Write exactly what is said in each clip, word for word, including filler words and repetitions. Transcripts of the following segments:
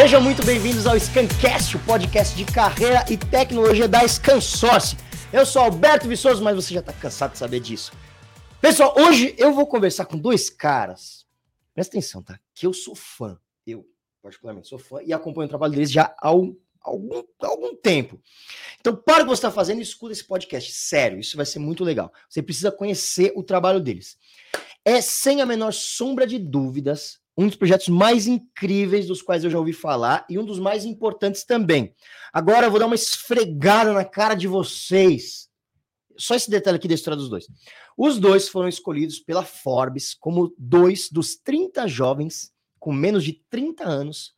Sejam muito bem-vindos ao Scancast, o podcast de carreira e tecnologia da Scansource. Eu sou Alberto Viçoso, mas você já está cansado de saber disso. Pessoal, hoje eu vou conversar com dois caras, presta atenção, tá? Que eu sou fã, eu particularmente sou fã e acompanho o trabalho deles já há algum, algum, algum tempo. Então, para o que você está fazendo, escuta esse podcast, sério, isso vai ser muito legal. Você precisa conhecer o trabalho deles. É, sem a menor sombra de dúvidas, um dos projetos mais incríveis dos quais eu já ouvi falar e um dos mais importantes também. Agora eu vou dar uma esfregada na cara de vocês. Só esse detalhe aqui da história dos dois. Os dois foram escolhidos pela Forbes como dois dos trinta jovens com menos de trinta anos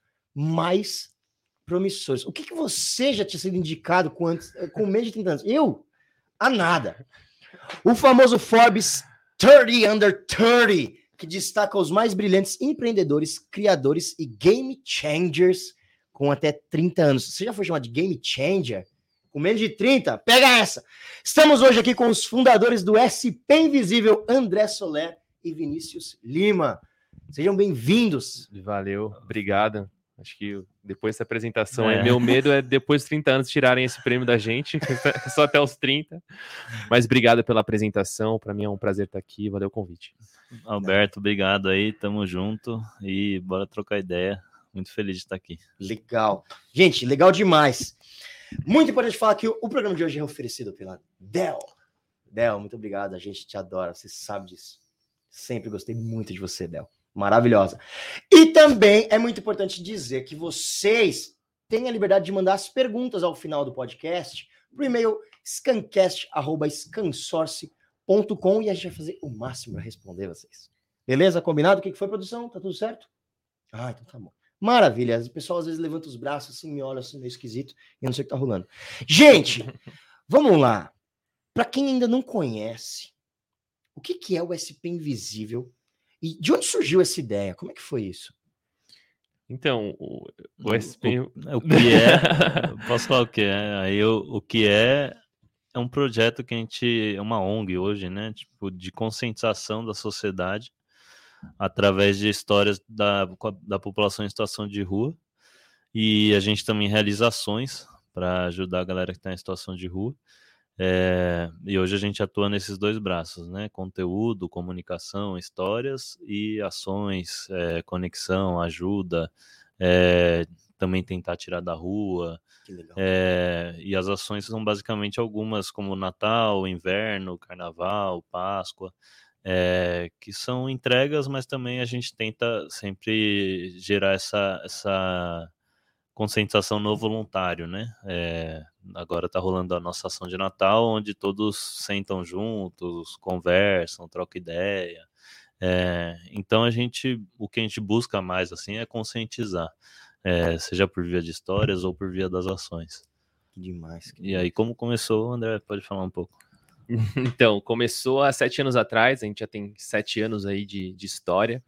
mais promissores. O que, que você já tinha sido indicado com, antes, com menos de trinta anos? Eu? A nada. O famoso Forbes trinta under trinta, que destaca os mais brilhantes empreendedores, criadores e game changers com até trinta anos. Você já foi chamado de game changer? Com menos de trinta? Pega essa! Estamos hoje aqui com os fundadores do S P Invisível, André Soler e Vinícius Lima. Sejam bem-vindos. Valeu, obrigado. Acho que depois dessa apresentação, é. É, meu medo é depois dos trinta anos tirarem esse prêmio da gente, só até os trinta. Mas obrigado pela apresentação, para mim é um prazer estar aqui, valeu o convite. Alberto, obrigado aí, tamo junto e bora trocar ideia. Muito feliz de estar aqui. Legal. Gente, legal demais. Muito importante falar que o programa de hoje é oferecido pela Dell. Dell, muito obrigado, a gente te adora, você sabe disso. Sempre gostei muito de você, Dell. Maravilhosa. E também é muito importante dizer que vocês têm a liberdade de mandar as perguntas ao final do podcast pro e-mail scancast arroba scansource ponto com e a gente vai fazer o máximo para responder vocês. Beleza? Combinado? O que foi, produção? Tá tudo certo? Ah, então tá bom. Maravilha. O pessoal às vezes levanta os braços assim, me olha assim meio esquisito e eu não sei o que tá rolando. Gente, vamos lá. Para quem ainda não conhece, o que, que é o S P Invisível? E de onde surgiu essa ideia? Como é que foi isso? Então, o, o S P... O, o que é... Posso falar o que é? Aí o, o que é... É um projeto que a gente... É uma O N G hoje, né? Tipo, de conscientização da sociedade através de histórias da, da população em situação de rua. E a gente também realiza ações para ajudar a galera que está em situação de rua. É, e hoje a gente atua nesses dois braços, né? Conteúdo, comunicação, histórias e ações, é, conexão, ajuda, é, também tentar tirar da rua. Que legal. É, e as ações são basicamente algumas como Natal, Inverno, Carnaval, Páscoa, é, que são entregas, mas também a gente tenta sempre gerar essa, essa conscientização no voluntário, né? É, agora tá rolando a nossa ação de Natal, onde todos sentam juntos, conversam, trocam ideia. É, então a gente, o que a gente busca mais assim é conscientizar, é, seja por via de histórias ou por via das ações. Que demais. Que e demais. Aí, como começou, André, pode falar um pouco? Então, começou há sete anos atrás, a gente já tem sete anos aí de, de história.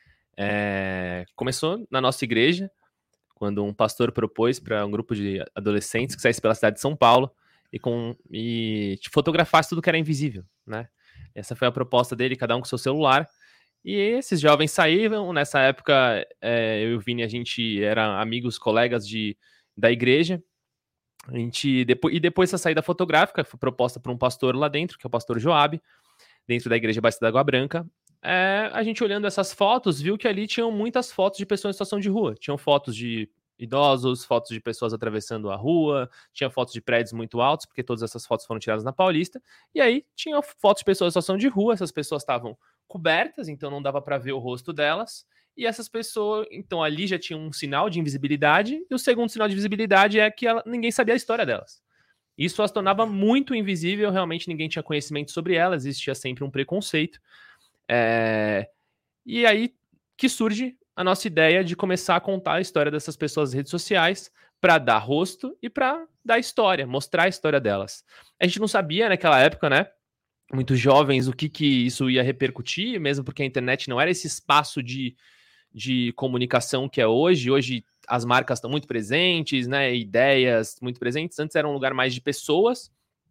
É, começou na nossa igreja, quando um pastor propôs para um grupo de adolescentes que saísse pela cidade de São Paulo e, com, e fotografasse tudo que era invisível, né? Essa foi a proposta dele, cada um com seu celular. E esses jovens saíram. Nessa época, é, eu e o Vini, a gente era amigos, colegas de, da igreja. A gente, depois, e depois essa saída fotográfica foi proposta por um pastor lá dentro, que é o pastor Joab, dentro da igreja Batista da Água Branca. É, a gente olhando essas fotos, viu que ali tinham muitas fotos de pessoas em situação de rua. Tinham fotos de idosos, fotos de pessoas atravessando a rua, tinha fotos de prédios muito altos, porque todas essas fotos foram tiradas na Paulista. E aí tinha fotos de pessoas em situação de rua, essas pessoas estavam cobertas, então não dava para ver o rosto delas. E essas pessoas, então ali já tinha um sinal de invisibilidade, e o segundo sinal de visibilidade é que ela, ninguém sabia a história delas. Isso as tornava muito invisível, realmente ninguém tinha conhecimento sobre elas, existia sempre um preconceito. É... E aí que surge a nossa ideia de começar a contar a história dessas pessoas nas redes sociais para dar rosto e para dar história, mostrar a história delas. A gente não sabia naquela época, né? Muitos jovens, o que, que isso ia repercutir, mesmo porque a internet não era esse espaço de, de comunicação que é hoje. Hoje as marcas estão muito presentes, né? Ideias muito presentes. Antes era um lugar mais de pessoas.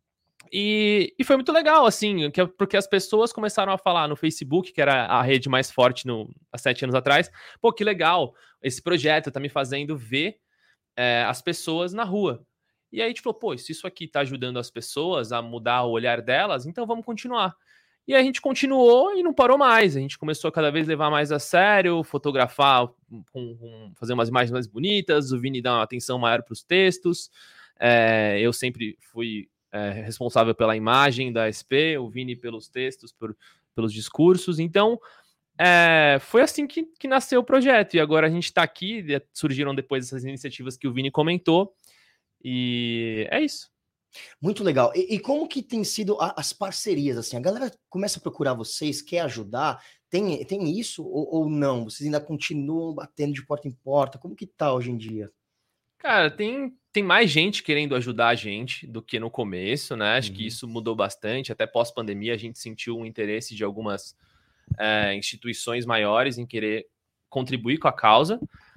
E, e foi muito legal, assim, que, porque as pessoas começaram a falar no Facebook, que era a rede mais forte no, há sete anos atrás, pô, que legal, esse projeto tá me fazendo ver é, as pessoas na rua. E aí a gente falou, pô, se isso aqui tá ajudando as pessoas a mudar o olhar delas, então vamos continuar. E a gente continuou e não parou mais. A gente começou a cada vez levar mais a sério, fotografar, com, com, fazer umas imagens mais bonitas, o Vini dá uma atenção maior para os textos. É, eu sempre fui é, responsável pela imagem da S P, o Vini pelos textos, por, pelos discursos. Então, é, foi assim que, que nasceu o projeto. E agora a gente está aqui, surgiram depois essas iniciativas que o Vini comentou. E é isso. Muito legal. E, e como que tem sido a, as parcerias, assim? A galera começa a procurar vocês, quer ajudar? Tem, tem isso ou, ou não? Vocês ainda continuam batendo de porta em porta? Como que tá hoje em dia? Cara, tem, tem mais gente querendo ajudar a gente do que no começo, né? Acho Uhum. que isso mudou bastante. Até pós-pandemia a gente sentiu um interesse de algumas é, instituições maiores em querer contribuir com a causa.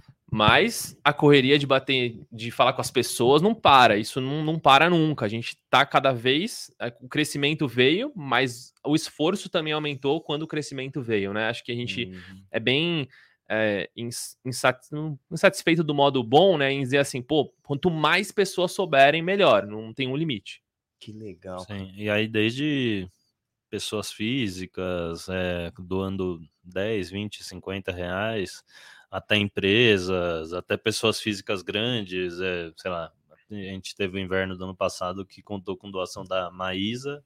Mas a correria de bater, de falar com as pessoas não para, isso não, não para nunca. A gente tá cada vez, o crescimento veio, mas o esforço também aumentou quando o crescimento veio, né? Acho que a gente uhum. é bem é, insatisfeito do modo bom, né? Em dizer assim, pô, quanto mais pessoas souberem, melhor, não tem um limite. Que legal. Sim, e aí desde pessoas físicas é, doando dez, vinte, cinquenta reais, até empresas, até pessoas físicas grandes, é, sei lá, a gente teve o inverno do ano passado que contou com doação da Maísa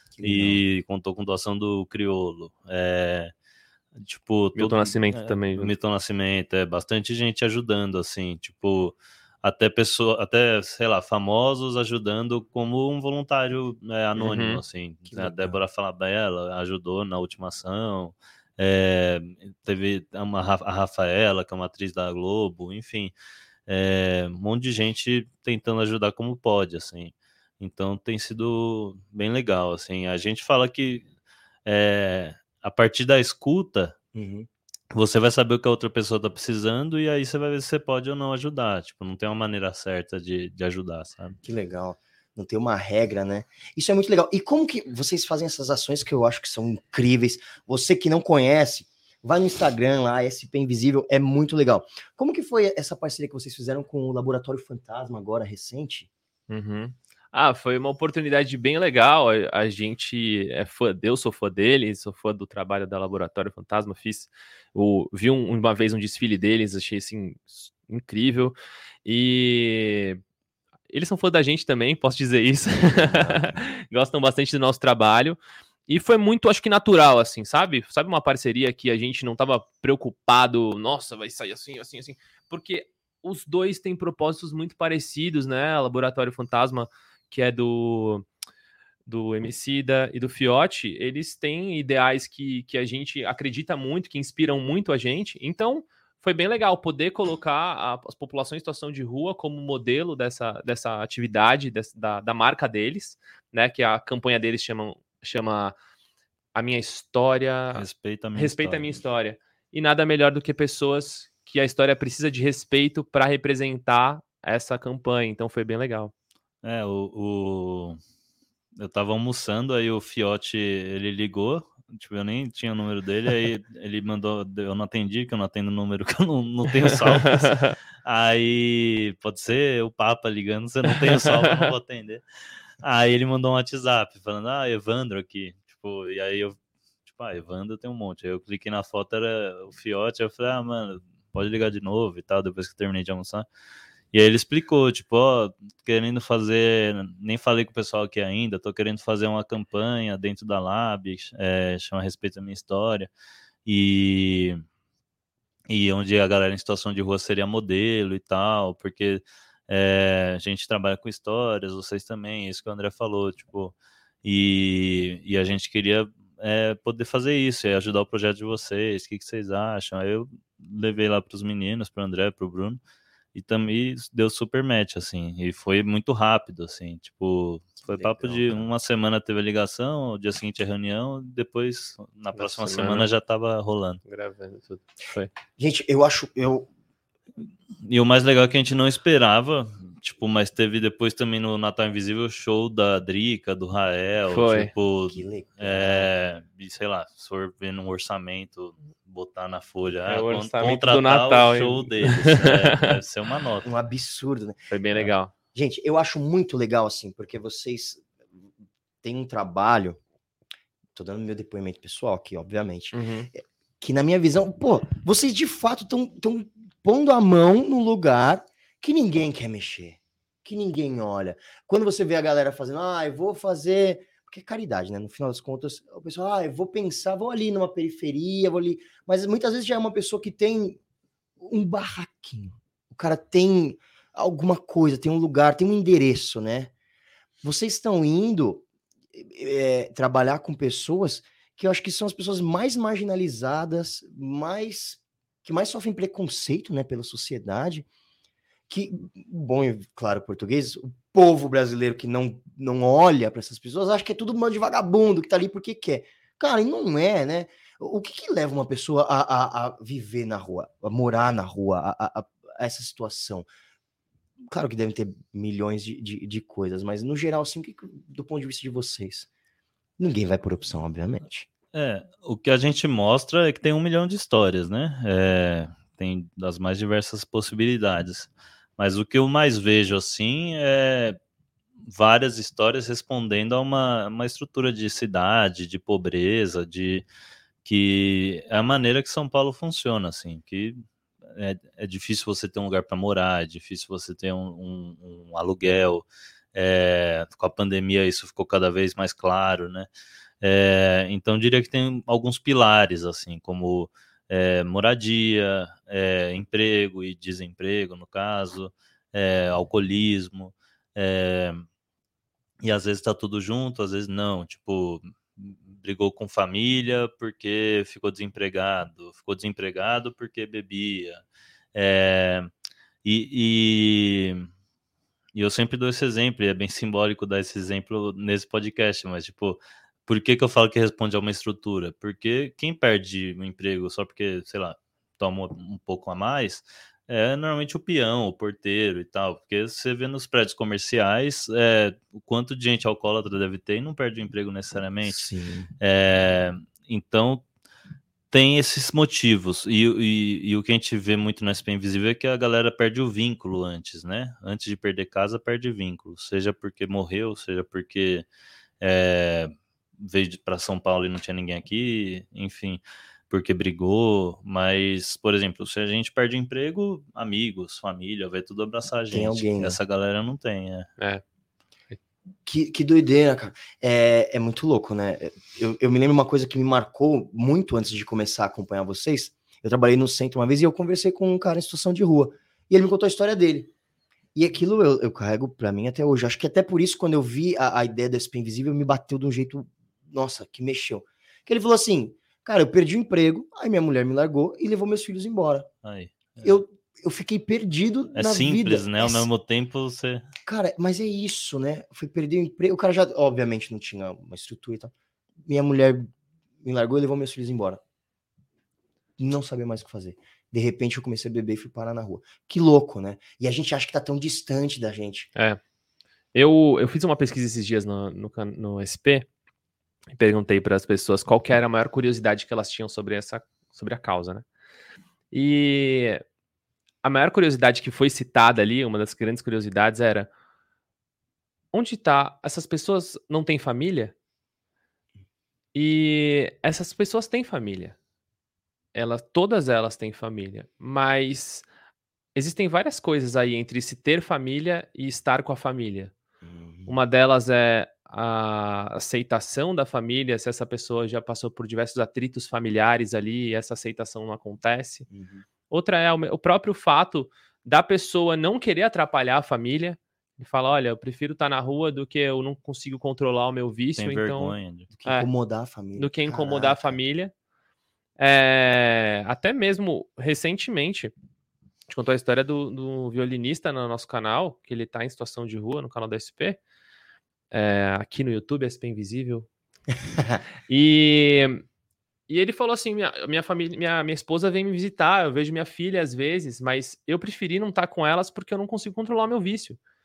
e contou com doação do Criolo. É, tipo, Milton todo, Nascimento é, também. Milton Nascimento, é bastante gente ajudando, assim, tipo, até pessoa, até, sei lá, famosos ajudando como um voluntário é, anônimo, uhum. assim. A Débora Falabella ajudou na última ação. É, teve uma, a Rafaela, que é uma atriz da Globo, enfim, é, um monte de gente tentando ajudar como pode, assim. Então tem sido bem legal, assim. A gente fala que é, a partir da escuta, uhum. você vai saber o que a outra pessoa tá precisando e aí você vai ver se você pode ou não ajudar. Tipo, não tem uma maneira certa de, de ajudar, sabe? Que legal. Não tem uma regra, né? Isso é muito legal. E como que vocês fazem essas ações que eu acho que são incríveis? Você que não conhece, vai no Instagram lá, S P Invisível, é muito legal. Como que foi essa parceria que vocês fizeram com o Laboratório Fantasma agora, recente? Uhum. Ah, foi uma oportunidade bem legal. A, a gente é fã, eu sou fã deles, sou fã do trabalho da Laboratório Fantasma. Fiz, o, vi um, uma vez um desfile deles, achei assim incrível. E eles são fã da gente também, posso dizer isso. Gostam bastante do nosso trabalho. E foi muito, acho que natural, assim, sabe? Sabe uma parceria que a gente não estava preocupado, nossa, vai sair assim, assim, assim. Porque os dois têm propósitos muito parecidos, né? Laboratório Fantasma, que é do, do Emicida e do Fiote, eles têm ideais que, que a gente acredita muito, que inspiram muito a gente. Então, foi bem legal poder colocar a, as populações em situação de rua como modelo dessa, dessa atividade, dessa, da, da marca deles, né? Que a campanha deles chama, chama A Minha História... Respeita a minha Respeita história. a minha história. E nada melhor do que pessoas que a história precisa de respeito para representar essa campanha. Então, foi bem legal. É, o, o... eu tava almoçando, aí o Fiote, ele ligou, tipo, eu nem tinha o número dele, aí ele mandou, eu não atendi, que eu não atendo o número que eu não, não tenho salvo. Aí, pode ser o Papa ligando, você não tem o salvo, eu não vou atender. Aí ele mandou um WhatsApp, falando, ah, Evandro aqui, tipo, e aí eu, tipo, ah, Evandro tem um monte, aí eu cliquei na foto, era o Fiote, aí eu falei, ah, mano, pode ligar de novo e tal, depois que eu terminei de almoçar. E aí ele explicou, tipo, ó, querendo fazer, nem falei com o pessoal aqui ainda, tô querendo fazer uma campanha dentro da Lab, é, chama Respeito à Minha História, e, e onde a galera em situação de rua seria modelo e tal, porque é, a gente trabalha com histórias, vocês também, isso que o André falou, tipo, e, e a gente queria é, poder fazer isso, e ajudar o projeto de vocês, o que, que vocês acham? Aí eu levei lá pros meninos, pro André, pro Bruno, e também deu super match, assim, e foi muito rápido, assim, tipo, foi Legal, papo de cara. Uma semana teve a ligação, o dia seguinte a reunião, depois, na, na próxima semana, semana já tava rolando. Gravando tudo. Foi. Gente, eu acho, eu... E o mais legal é que a gente não esperava tipo, mas teve depois também no Natal Invisível o show da Drica, do Rael, Foi. tipo, Que legal. é, e sei lá, se for ver num orçamento, botar na folha, É ah, o con- orçamento contratar do Natal, o show hein? deles, é, deve ser uma nota. Um absurdo, né? Foi bem legal. Gente, eu acho muito legal, assim, porque vocês têm um trabalho, tô dando meu depoimento pessoal aqui, obviamente, Uhum. que na minha visão, pô, vocês de fato estão pondo a mão no lugar que ninguém quer mexer, que ninguém olha. Quando você vê a galera fazendo, ah, eu vou fazer... Porque é caridade, né? No final das contas, o pessoal, ah, eu vou pensar, vou ali numa periferia, vou ali... Mas muitas vezes já é uma pessoa que tem um barraquinho. O cara tem alguma coisa, tem um lugar, tem um endereço, né? Vocês estão indo é, trabalhar com pessoas que eu acho que são as pessoas mais marginalizadas, mais que mais sofrem preconceito, né, pela sociedade, que, bom e claro português, o povo brasileiro que não, não olha para essas pessoas, acha que é tudo um bando de vagabundo, que tá ali porque quer. Cara, e não é, né? O que, que leva uma pessoa a, a, a viver na rua, a morar na rua, a, a, a essa situação? Claro que devem ter milhões de, de, de coisas, mas no geral, assim, que, do ponto de vista de vocês, ninguém vai por opção, obviamente. É, o que a gente mostra é que tem um milhão de histórias, né? É, tem das mais diversas possibilidades. Mas o que eu mais vejo, assim, é várias histórias respondendo a uma, uma estrutura de cidade, de pobreza, de que é a maneira que São Paulo funciona, assim, que é, é difícil você ter um lugar para morar, é difícil você ter um, um, um aluguel. É, com a pandemia isso ficou cada vez mais claro, né? É, então diria que tem alguns pilares, assim, como é, moradia, é, emprego e desemprego, no caso, é, alcoolismo, é, e às vezes tá tudo junto, às vezes não, tipo, brigou com família porque ficou desempregado, ficou desempregado porque bebia, é, e, e, e eu sempre dou esse exemplo, e é bem simbólico dar esse exemplo nesse podcast, mas tipo, por que que eu falo que responde a uma estrutura? Porque quem perde o emprego só porque, sei lá, toma um pouco a mais, é normalmente o peão, o porteiro e tal, porque você vê nos prédios comerciais é, o quanto de gente alcoólatra deve ter e não perde o emprego necessariamente. Sim. É, então, tem esses motivos, e, e, e o que a gente vê muito no S P Invisível é que a galera perde o vínculo antes, né? Antes de perder casa, perde vínculo, seja porque morreu, seja porque é, veio para São Paulo e não tinha ninguém aqui, enfim, porque brigou, mas, por exemplo, se a gente perde emprego, amigos, família, vai tudo abraçar a gente. Tem alguém, né? Essa galera não tem, é. É. Que, que doideira, cara. É, é muito louco, né? Eu, eu me lembro uma coisa que me marcou muito antes de começar a acompanhar vocês. Eu trabalhei no centro uma vez e eu conversei com um cara em situação de rua. E ele me contou a história dele. E aquilo eu, eu carrego pra mim até hoje. Acho que até por isso, quando eu vi a, a ideia do S P Invisível, me bateu de um jeito, nossa, que mexeu. Que ele falou assim, cara, eu perdi o emprego, aí minha mulher me largou e levou meus filhos embora. Aí, é. Eu, eu fiquei perdido é na simples, vida. né? É Ao mesmo tempo, você... Cara, mas é isso, né? Fui perder o emprego. O cara já, obviamente, não tinha uma estrutura e tal. Minha mulher me largou e levou meus filhos embora. Não sabia mais o que fazer. De repente, eu comecei a beber e fui parar na rua. Que louco, né? E a gente acha que tá tão distante da gente. É. Eu, eu fiz uma pesquisa esses dias no, no, can- no S P e perguntei para as pessoas qual que era a maior curiosidade que elas tinham sobre essa, sobre a causa, né? E a maior curiosidade que foi citada ali, uma das grandes curiosidades era: onde tá? Essas pessoas não têm família? E essas pessoas têm família. Elas, todas elas têm família, mas existem várias coisas aí entre se ter família e estar com a família. Uhum. Uma delas é a aceitação da família, se essa pessoa já passou por diversos atritos familiares ali e essa aceitação não acontece. Uhum. Outra é o me- o próprio fato da pessoa não querer atrapalhar a família. E fala, olha, eu prefiro estar na rua do que eu não consigo controlar o meu vício, tem então vergonha. De... Do que É. incomodar a família. do que incomodar a Caraca. família. É, até mesmo recentemente, a gente contou a história do, do violinista no nosso canal, que ele tá em situação de rua no canal da S P, é, aqui no YouTube, S P Invisível. E, e ele falou assim: minha, minha família, minha, minha esposa vem me visitar, eu vejo minha filha às vezes, mas eu preferi não estar com elas porque eu não consigo controlar meu vício.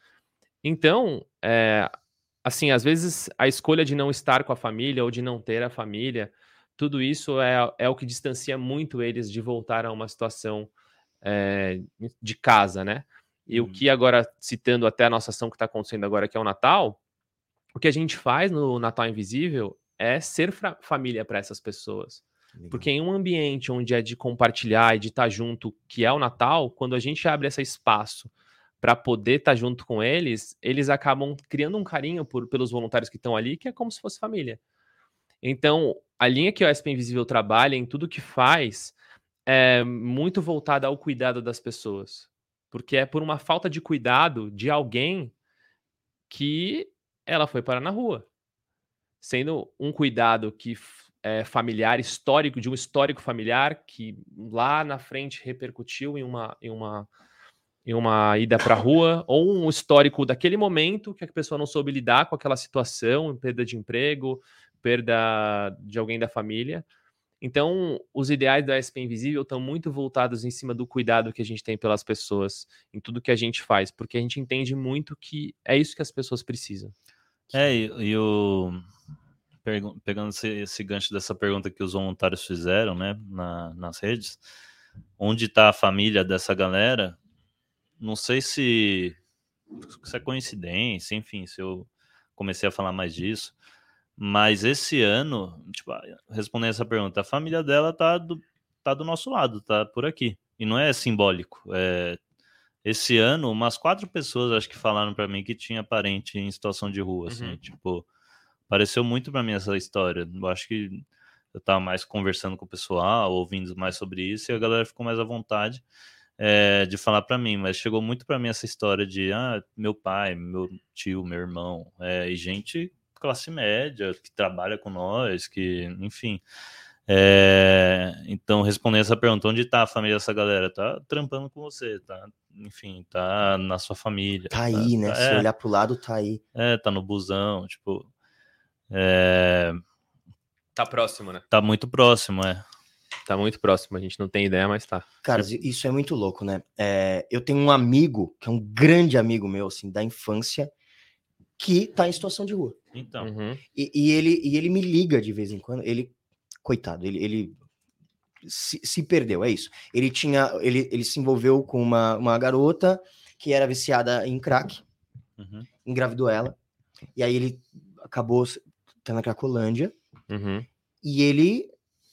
Então, é, assim, às vezes a escolha de não estar com a família ou de não ter a família, tudo isso é, é o que distancia muito eles de voltar a uma situação é, de casa, né? E Uhum. o que agora, citando até a nossa ação que está acontecendo agora, que é o Natal, o que a gente faz no Natal Invisível é ser fra- família para essas pessoas. Legal. Porque em um ambiente onde é de compartilhar e de estar junto, que é o Natal, quando a gente abre esse espaço para poder estar junto com eles, eles acabam criando um carinho por, pelos voluntários que estão ali, que é como se fosse família. Então, a linha que o S P Invisível trabalha em tudo que faz é muito voltada ao cuidado das pessoas. Porque é por uma falta de cuidado de alguém que ela foi parar na rua. Sendo um cuidado que é familiar, histórico, de um histórico familiar, que lá na frente repercutiu em uma, em uma, em uma ida para a rua, ou um histórico daquele momento que a pessoa não soube lidar com aquela situação, perda de emprego, perda de alguém da família. Então, os ideais da S P Invisível estão muito voltados em cima do cuidado que a gente tem pelas pessoas, em tudo que a gente faz, porque a gente entende muito que é isso que as pessoas precisam. É, e, e o... Pergun- pegando esse, esse gancho dessa pergunta que os voluntários fizeram, né, na, nas redes, onde está a família dessa galera? Não sei se, se é coincidência, enfim, se eu comecei a falar mais disso, mas esse ano, tipo, respondendo essa pergunta, a família dela tá do, tá do nosso lado, tá por aqui, e não é simbólico. É, esse ano, umas quatro pessoas acho que falaram para mim que tinha parente em situação de rua, assim, Uhum. tipo, pareceu muito para mim essa história. Eu acho que eu tava mais conversando com o pessoal, ouvindo mais sobre isso, e a galera ficou mais à vontade é, de falar para mim, mas chegou muito para mim essa história de ah, meu pai, meu tio, meu irmão, é, e gente classe média que trabalha com nós, que, enfim. É, então, respondendo essa pergunta, onde tá a família dessa galera? Tá trampando com você, tá, enfim, tá na sua família. Tá aí, né? Tá, Se é, olhar pro lado, tá aí. é, tá no busão, tipo, é, Tá próximo, né? tá muito próximo, é. Tá muito próximo, a gente não tem ideia, mas tá. Cara, isso é muito louco, né? É, eu tenho um amigo, que é um grande amigo meu, assim, da infância, que tá em situação de rua. Então, Uhum. E, e ele, e ele me liga de vez em quando. Ele, coitado, ele, ele se, se perdeu, é isso. Ele tinha, ele, ele se envolveu com uma, uma garota que era viciada em crack, uhum, engravidou ela, e aí ele acabou tá na Cracolândia, Uhum. e ele,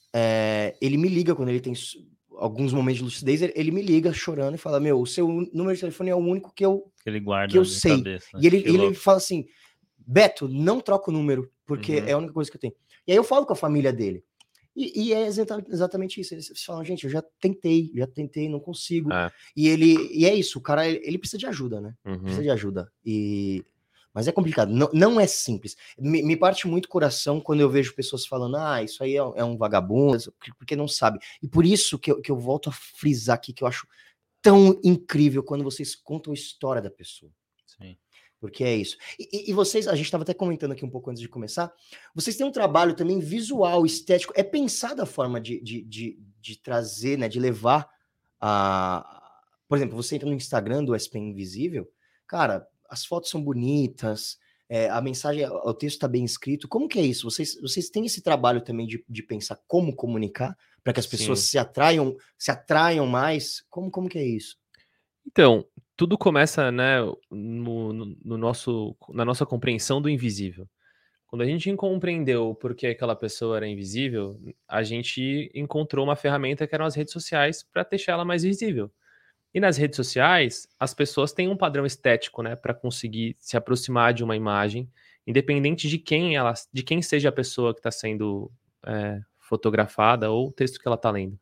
é, ele me liga quando ele tem s- alguns momentos de lucidez, ele, ele me liga chorando e fala, meu, o seu número de telefone é o único que eu, que ele guarda que eu na sei. cabeça. E ele, Que ele louco. fala assim, Beto, não troca o número, porque Uhum. é a única coisa que eu tenho. E aí eu falo com a família dele. E, e é exata- exatamente isso. Eles falam, gente, eu já tentei, já tentei, não consigo. É. E ele, e é isso, o cara, ele, ele precisa de ajuda, né? Precisa Uhum. de ajuda. E... Mas é complicado, não, não é simples. Me, me parte muito o coração quando eu vejo pessoas falando, ah, isso aí é, um- é um vagabundo, porque não sabe. E por isso que eu, que eu volto a frisar aqui, que eu acho tão incrível quando vocês contam a história da pessoa. Sim. Porque é isso. E, e vocês, a gente estava até comentando aqui um pouco antes de começar, vocês têm um trabalho também visual, estético, é pensada a forma de, de, de, de trazer, né, de levar a... Por exemplo, você entra no Instagram do S P Invisível, cara, as fotos são bonitas, é, a mensagem, o texto está bem escrito. Como que é isso? Vocês, vocês têm esse trabalho também de, de pensar como comunicar para que as pessoas Sim. se atraiam, se atraiam mais? Como, como que é isso? Então, tudo começa, né, no, no- no nosso, na nossa compreensão do invisível. Quando a gente compreendeu por que aquela pessoa era invisível, a gente encontrou uma ferramenta que eram as redes sociais para deixar ela mais visível. E nas redes sociais, as pessoas têm um padrão estético, né, para conseguir se aproximar de uma imagem, independente de quem ela, de quem seja a pessoa que está sendo é, fotografada ou o texto que ela está lendo.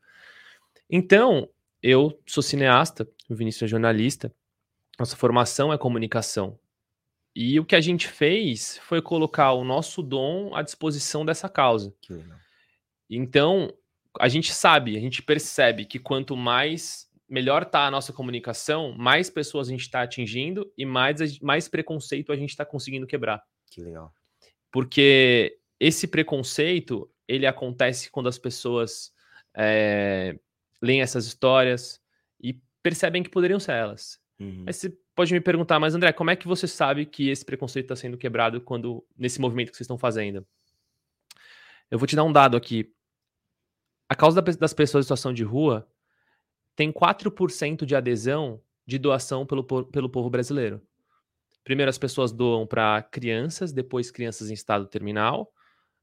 Então, eu sou cineasta, o Vinícius é jornalista, nossa formação é comunicação. E o que a gente fez foi colocar o nosso dom à disposição dessa causa. Que legal. Então, a gente sabe, a gente percebe que quanto mais melhor está a nossa comunicação, mais pessoas a gente está atingindo e mais, mais preconceito a gente está conseguindo quebrar. Que legal. Porque esse preconceito, ele acontece quando as pessoas é, leem essas histórias e percebem que poderiam ser elas. Uhum. Mas você pode me perguntar, mas André, como é que você sabe que esse preconceito está sendo quebrado quando nesse movimento que vocês estão fazendo? Eu vou te dar um dado aqui. A causa das pessoas em situação de rua tem quatro por cento de adesão de doação pelo, pelo povo brasileiro. Primeiro as pessoas doam para crianças, depois crianças em estado terminal,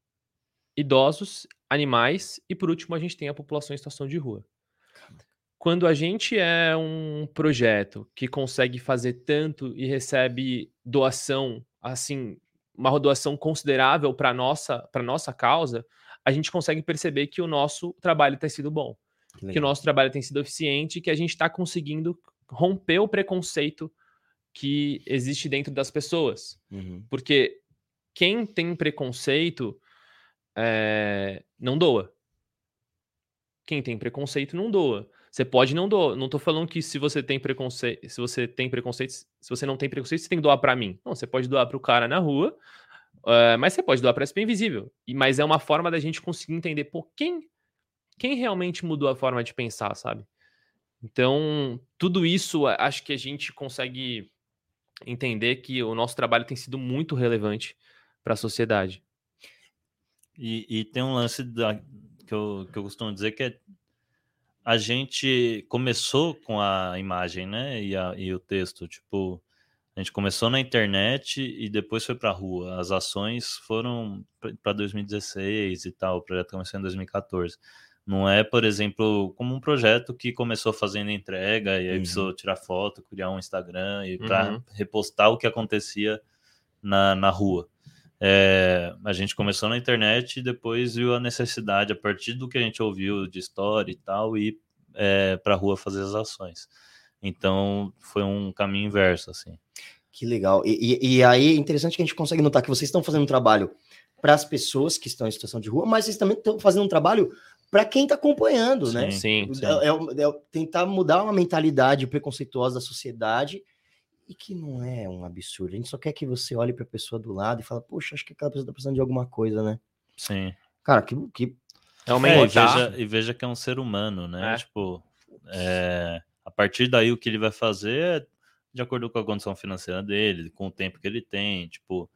idosos, animais e por último a gente tem a população em situação de rua. Quando a gente é um projeto que consegue fazer tanto e recebe doação, assim, uma doação considerável para nossa para nossa causa, a gente consegue perceber que o nosso trabalho tem sido bom, que, que o nosso trabalho tem sido eficiente, que a gente está conseguindo romper o preconceito que existe dentro das pessoas. Uhum. Porque quem tem preconceito é, não doa. Quem tem preconceito não doa. Você pode não doar. Não tô falando que se você tem preconceito, se você tem preconceito, se você não tem preconceito, você tem que doar para mim. Não, você pode doar para o cara na rua, uh, mas você pode doar para esse bem invisível. E, mas é uma forma da gente conseguir entender, pô, quem, quem realmente mudou a forma de pensar, sabe? Então, tudo isso, acho que a gente consegue entender que o nosso trabalho tem sido muito relevante para a sociedade. E, e tem um lance da, que, eu, que eu costumo dizer que é a gente começou com a imagem, né, e, a, e o texto, tipo, a gente começou na internet e depois foi para a rua. As ações foram para dois mil e dezesseis e tal, o projeto começou em dois mil e quatorze. Não é, por exemplo, como um projeto que começou fazendo entrega e aí uhum. precisou tirar foto, criar um Instagram e para uhum. repostar o que acontecia na, na rua. É, a gente começou na internet e depois viu a necessidade, a partir do que a gente ouviu de história e tal, ir é, para a rua fazer as ações. Então, foi um caminho inverso, assim. Que legal. E, e, e aí é interessante que a gente consegue notar que vocês estão fazendo um trabalho para as pessoas que estão em situação de rua, mas vocês também estão fazendo um trabalho para quem está acompanhando, sim, né? Sim, sim. É, é, é tentar mudar uma mentalidade preconceituosa da sociedade e que não é um absurdo. A gente só quer que você olhe para a pessoa do lado e fala, poxa, acho que aquela pessoa está precisando de alguma coisa, né? Sim. Cara, que... que... É, é, e, veja, e veja que é um ser humano, né? É. Tipo, é, a partir daí o que ele vai fazer é de acordo com a condição financeira dele, com o tempo que ele tem, tipo...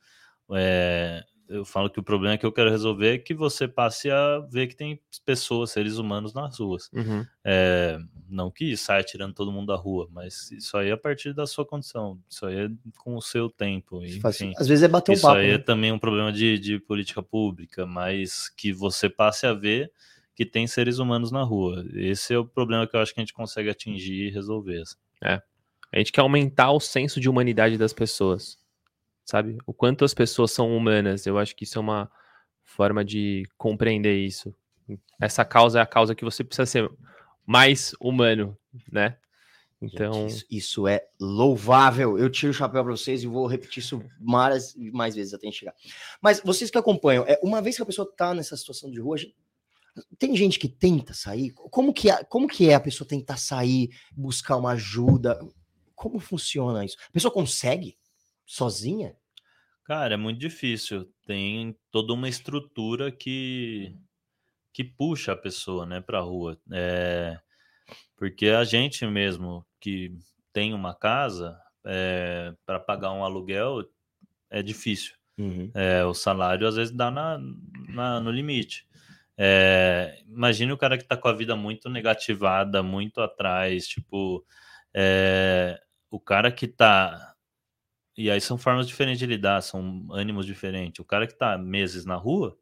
É, eu falo que o problema que eu quero resolver é que você passe a ver que tem pessoas, seres humanos nas ruas. Uhum. É, não que saia tirando todo mundo da rua, mas isso aí é a partir da sua condição, isso aí é com o seu tempo. Enfim, às vezes é bater um isso papo. Isso aí né? é também um problema de, de política pública, mas que você passe a ver que tem seres humanos na rua. Esse é o problema que eu acho que a gente consegue atingir e resolver. Assim. É. A gente quer aumentar o senso de humanidade das pessoas. Sabe? O quanto as pessoas são humanas. Eu acho que isso é uma forma de compreender isso. Essa causa é a causa que você precisa ser mais humano, né? Então... Gente, isso, isso é louvável. Eu tiro o chapéu para vocês e vou repetir isso mais, mais vezes até chegar. Mas vocês que acompanham, é, uma vez que a pessoa está nessa situação de rua, gente, tem gente que tenta sair? Como que, é, como que é a pessoa tentar sair, buscar uma ajuda? Como funciona isso? A pessoa consegue? Sozinha? Cara, é muito difícil. Tem toda uma estrutura que, que puxa a pessoa, né, para a rua. É, porque a gente mesmo que tem uma casa, é, para pagar um aluguel é difícil. Uhum. É, o salário às vezes dá na, na, no limite. É, imagine o cara que está com a vida muito negativada, muito atrás, tipo, é, o cara que está... E aí são formas diferentes de lidar, são ânimos diferentes. O cara que tá meses na rua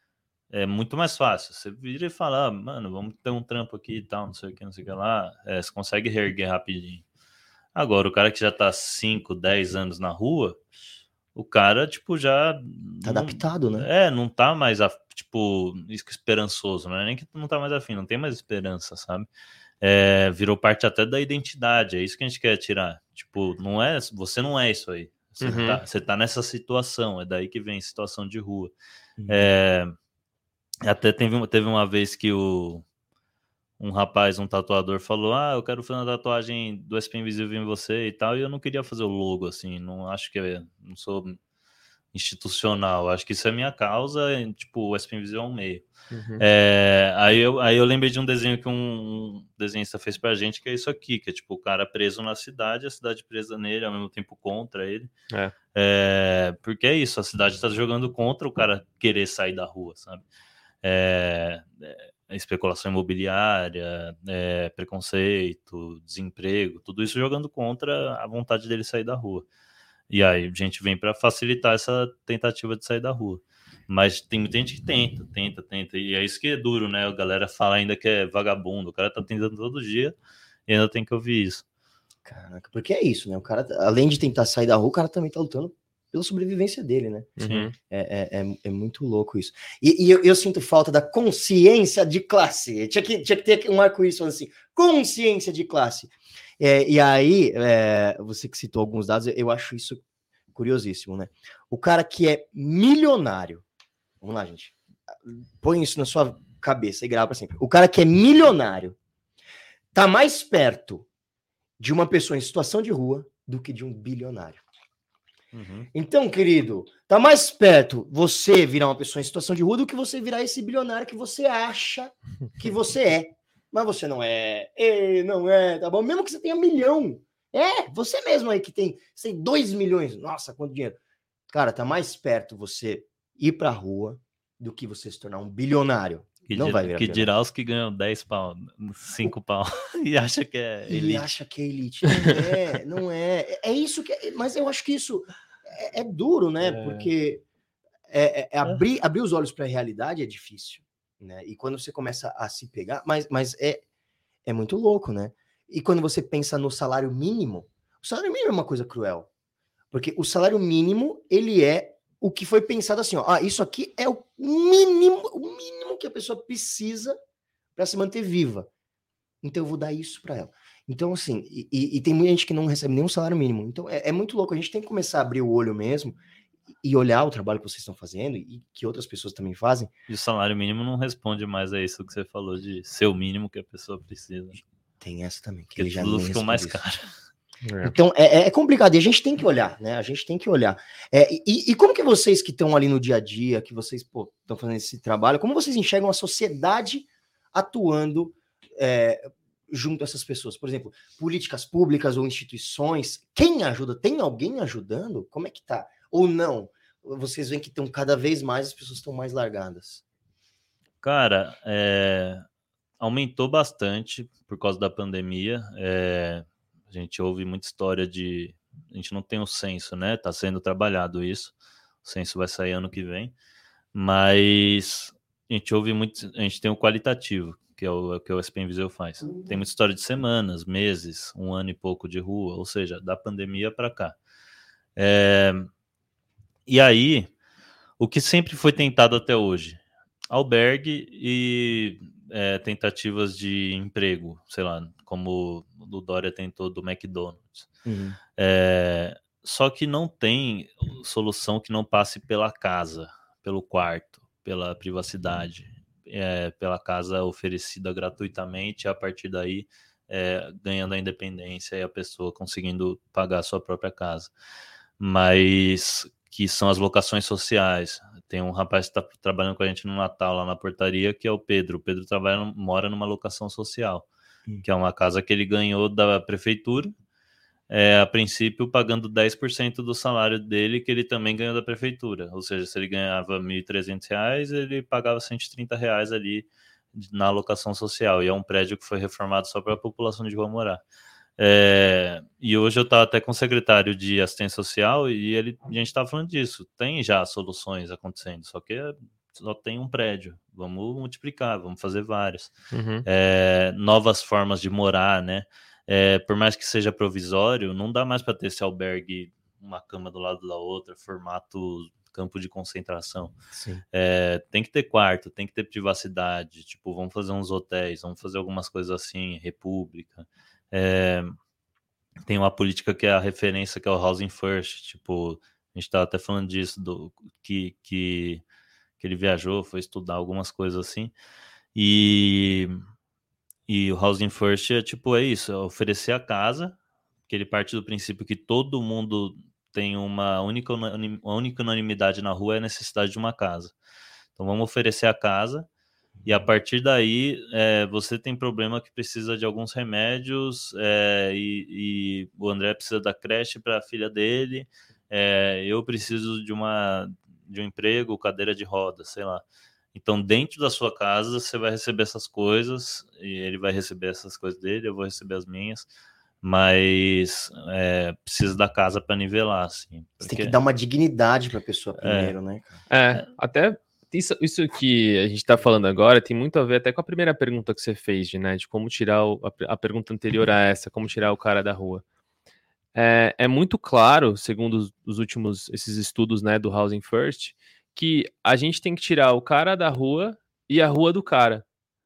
é muito mais fácil. Você vira e fala, ah, mano, vamos ter um trampo aqui e tal, não sei o que, não sei o que lá. É, você consegue reerguer rapidinho. Agora, o cara que já tá cinco, dez anos na rua, o cara, tipo, já... Tá não, adaptado, né? É, não tá mais, tipo, esperançoso, não é nem que não tá mais afim, não tem mais esperança, sabe? É, virou parte até da identidade, é isso que a gente quer tirar. Tipo, não é, você não é isso aí. Você, uhum. tá, você tá nessa situação, é daí que vem situação de rua. Uhum. É, até teve, teve uma vez que o, um rapaz, um tatuador, falou: ah, eu quero fazer uma tatuagem do S P Invisível em você e tal, e eu não queria fazer o logo, assim, não acho que eu não sou institucional. Acho que isso é minha causa, tipo, o S P Invisível é um meio. Uhum. É, aí, eu, aí eu lembrei de um desenho que um, um desenhista fez pra gente, que é isso aqui, que é tipo o cara preso na cidade, a cidade presa nele, ao mesmo tempo contra ele. É. É, porque é isso, a cidade tá jogando contra o cara querer sair da rua, sabe? É, é, especulação imobiliária, é, preconceito, desemprego, tudo isso jogando contra a vontade dele sair da rua. E aí a gente vem para facilitar essa tentativa de sair da rua. Mas tem muita gente que tenta, tenta, tenta. E é isso que é duro, né? A galera fala ainda que é vagabundo. O cara tá tentando todo dia e ainda tem que ouvir isso. Caraca, porque é isso, né? O cara, além de tentar sair da rua, o cara também tá lutando pela sobrevivência dele, né? Uhum. É, é, é, é muito louco isso. E, e eu, eu sinto falta da consciência de classe. Tinha que, tinha que ter um arco-íris falando assim, consciência de classe. É, e aí, é, você que citou alguns dados, eu acho isso curiosíssimo, né? O cara que é milionário, vamos lá, gente, põe isso na sua cabeça e grava para sempre. O cara que é milionário tá mais perto de uma pessoa em situação de rua do que de um bilionário. Uhum. Então, querido, tá mais perto você virar uma pessoa em situação de rua do que você virar esse bilionário que você acha que você é. Mas você não é. Ei, não é, tá bom? Mesmo que você tenha um milhão. É, você mesmo aí que tem, sei, dois milhões. Nossa, quanto dinheiro. Cara, tá mais perto você ir pra rua do que você se tornar um bilionário. Que, não dir, vai virar que bilionário. dirá os que ganham dez pau, cinco pau e acha que é elite. E acha que é elite. Não é, não é. É isso que. É, mas eu acho que isso é, é duro, né? É. Porque é, é, abrir, abrir os olhos para a realidade é difícil, né? E quando você começa a se pegar, mas, mas é, é muito louco, né? E quando você pensa no salário mínimo, o salário mínimo é uma coisa cruel, porque o salário mínimo ele é o que foi pensado assim, ó, ah, isso aqui é o mínimo, o mínimo que a pessoa precisa para se manter viva. Então eu vou dar isso para ela. Então, assim, e, e tem muita gente que não recebe nenhum salário mínimo. Então é, é muito louco. A gente tem que começar a abrir o olho mesmo e olhar o trabalho que vocês estão fazendo e que outras pessoas também fazem. E o salário mínimo não responde mais a isso que você falou de ser o mínimo que a pessoa precisa. Tem essa também, que Porque ele já tudo nem ficou mais isso. caro. É. Então é, é complicado e a gente tem que olhar, né? A gente tem que olhar. É, e, e como que vocês que estão ali no dia a dia, que vocês estão fazendo esse trabalho, como vocês enxergam a sociedade atuando é, junto a essas pessoas? Por exemplo, políticas públicas ou instituições, quem ajuda? Tem alguém ajudando? Como é que tá? Ou não? Vocês veem que estão cada vez mais, as pessoas estão mais largadas. Cara, é, aumentou bastante por causa da pandemia. É, a gente ouve muita história de... A gente não tem o censo, né? Tá sendo trabalhado isso. O censo vai sair ano que vem. Mas a gente ouve muito... A gente tem o qualitativo, que é o que o S P Invisível faz. Tem muita história de semanas, meses, um ano e pouco de rua. Ou seja, da pandemia para cá. É, e aí, o que sempre foi tentado até hoje? Albergue e é, tentativas de emprego, sei lá, como o Dória tentou do McDonald's. Uhum. É, só que não tem solução que não passe pela casa, pelo quarto, pela privacidade, é, pela casa oferecida gratuitamente, a partir daí é, ganhando a independência e a pessoa conseguindo pagar a sua própria casa. Mas que são as locações sociais. Tem um rapaz que está trabalhando com a gente no Natal, lá na portaria, que é o Pedro. O Pedro trabalha, mora numa locação social, hum. que é uma casa que ele ganhou da prefeitura, é, a princípio pagando dez por cento do salário dele, que ele também ganhou da prefeitura. Ou seja, se ele ganhava mil e trezentos reais, ele pagava cento e trinta reais ali na locação social. E é um prédio que foi reformado só para a população de rua morar. É, e hoje eu estava até com o secretário de assistência social e ele, a gente estava falando disso. Tem já soluções acontecendo, só que só tem um prédio. Vamos multiplicar, vamos fazer vários. Uhum. É, novas formas de morar, né? É, por mais que seja provisório, não dá mais para ter esse albergue, uma cama do lado da outra, formato campo de concentração. É, tem que ter quarto, tem que ter privacidade. Tipo, vamos fazer uns hotéis, vamos fazer algumas coisas assim, república. É, tem uma política que é a referência, que é o Housing First. Tipo, a gente estava até falando disso, do, que, que, que ele viajou, foi estudar algumas coisas assim, e, e o Housing First é tipo, é isso, é oferecer a casa, que ele parte do princípio que todo mundo tem uma única, unanim- uma única unanimidade na rua, é a necessidade de uma casa. Então vamos oferecer a casa, e a partir daí é, você tem problema que precisa de alguns remédios, é, e, e o André precisa da creche para a filha dele, é, eu preciso de, uma, de um emprego, cadeira de rodas, sei lá. Então, dentro da sua casa, você vai receber essas coisas, e ele vai receber essas coisas dele, eu vou receber as minhas, mas é, precisa da casa para nivelar, assim. Você Porque, tem que dar uma dignidade para a pessoa primeiro, é, né, cara? É, até isso, isso que a gente tá falando agora tem muito a ver até com a primeira pergunta que você fez, de, né, de como tirar o, a, a pergunta anterior a essa, como tirar o cara da rua. É, é muito claro, segundo os, os últimos, esses estudos, né, do Housing First, que a gente tem que tirar o cara da rua e a rua do cara.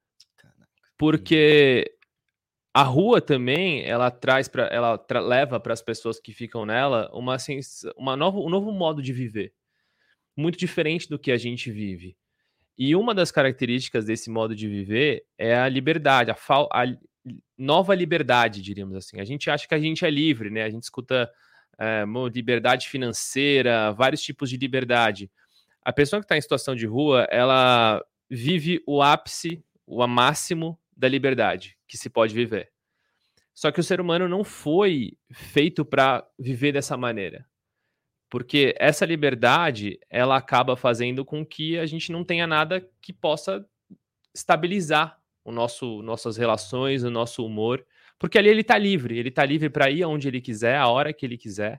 Porque a rua também, ela traz para, ela tra- leva para as pessoas que ficam nela uma, sens- uma novo, um novo modo de viver, muito diferente do que a gente vive. E uma das características desse modo de viver é a liberdade, a, fal- a li- nova liberdade, diríamos assim. A gente acha que a gente é livre, né? A gente escuta é, mo- liberdade financeira, vários tipos de liberdade. A pessoa que está em situação de rua, ela vive o ápice, o máximo da liberdade que se pode viver. Só que o ser humano não foi feito para viver dessa maneira. Porque essa liberdade, ela acaba fazendo com que a gente não tenha nada que possa estabilizar o nosso, nossas relações, o nosso humor. Porque ali ele está livre, ele está livre para ir aonde ele quiser, a hora que ele quiser,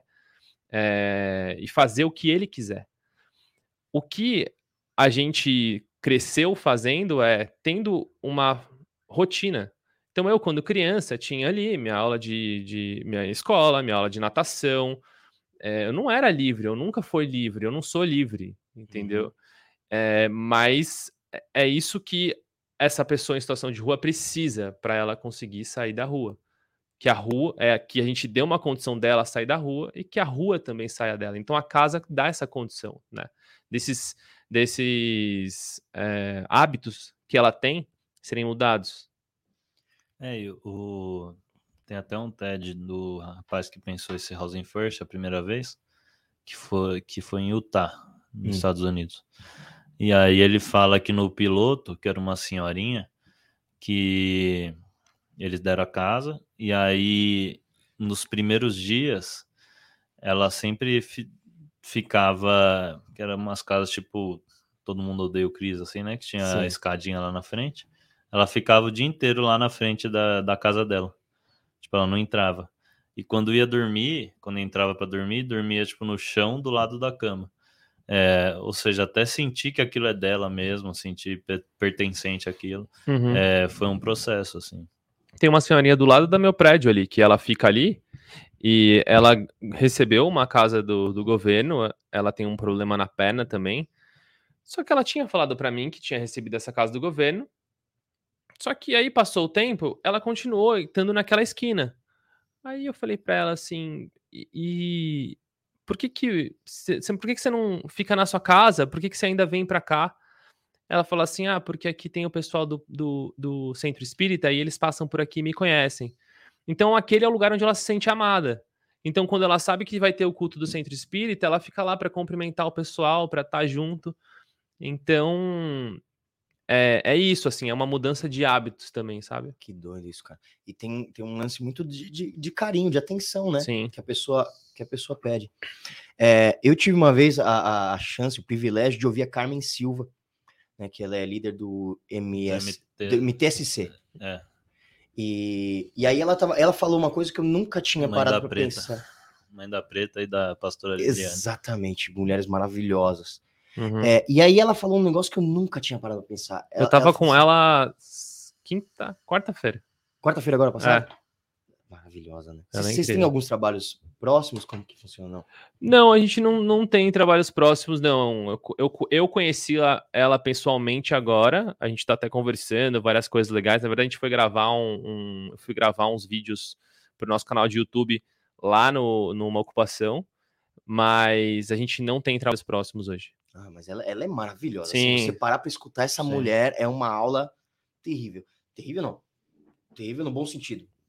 é, e fazer o que ele quiser. O que a gente cresceu fazendo é tendo uma rotina. Então eu, quando criança, tinha ali minha aula de, de minha escola, minha aula de natação. É, eu não era livre, eu nunca fui livre, eu não sou livre, entendeu? Uhum. É, mas é- é isso que essa pessoa em situação de rua precisa para ela conseguir sair da rua. Que a rua é que a gente dê uma condição dela sair da rua e que a rua também saia dela. Então a casa dá essa condição, né? Desses, desses é, hábitos que ela tem serem mudados. é, e o, tem até um TED do rapaz que pensou esse Housing First a primeira vez, que foi, que foi em Utah, nos Hum. Estados Unidos. E aí ele fala que no piloto, que era uma senhorinha, que eles deram a casa, e aí nos primeiros dias ela sempre fi- ficava, que eram umas casas tipo, todo mundo odeia o Chris, assim, né? Que tinha a Sim. escadinha lá na frente. Ela ficava o dia inteiro lá na frente da, da casa dela. Tipo, ela não entrava. E quando ia dormir, quando entrava pra dormir, dormia tipo no chão do lado da cama. É, ou seja, até sentir que aquilo é dela mesmo, sentir pe- pertencente àquilo, Uhum. é, foi um processo, assim. Tem uma senhorinha do lado do meu prédio ali, que ela fica ali e ela recebeu uma casa do, do governo, ela tem um problema na perna também. Só que ela tinha falado pra mim que tinha recebido essa casa do governo. Só que aí passou o tempo, ela continuou estando naquela esquina. Aí eu falei pra ela assim, e, e por que que cê, cê- por que que você não fica na sua casa? Por que que você ainda vem pra cá? Ela falou assim, ah, porque aqui tem o pessoal do, do, do centro espírita e eles passam por aqui e me conhecem. Então aquele é o lugar onde ela se sente amada. Então quando ela sabe que vai ter o culto do centro espírita, ela fica lá pra cumprimentar o pessoal, pra estar junto. Então é, é isso, assim, é uma mudança de hábitos também, sabe? Que doido isso, cara. E tem, tem um lance muito de, de, de carinho, de atenção, né? Sim. Que a pessoa, que a pessoa pede. É, eu tive uma vez a, a chance, o privilégio de ouvir a Carmen Silva, né? Que ela é líder do M S, Do do M T S C. É, E, e aí ela, tava, ela falou uma coisa que eu nunca tinha Mãe parado da para Preta. pensar. Mãe da Preta e da Pastora Liliane. Exatamente, mulheres maravilhosas. Uhum. É, e aí ela falou um negócio que eu nunca tinha parado pra pensar. Ela, Eu tava ela com falou assim, ela quinta, quarta-feira. quarta-feira agora passada? É. Maravilhosa, né? Ela é Vocês têm incrível. alguns trabalhos próximos? Como que funciona? Não? Não, a gente não, não tem trabalhos próximos, não. Eu, eu, eu conheci ela, ela pessoalmente agora. A gente tá até conversando, várias coisas legais. Na verdade, a gente foi gravar um. um eu fui gravar uns vídeos pro nosso canal de YouTube lá no, numa ocupação. Mas a gente não tem trabalhos próximos hoje. Ah, mas ela, ela é maravilhosa. Sim. Se você parar pra escutar essa Sim. mulher, é uma aula terrível. Terrível não. Terrível no bom sentido.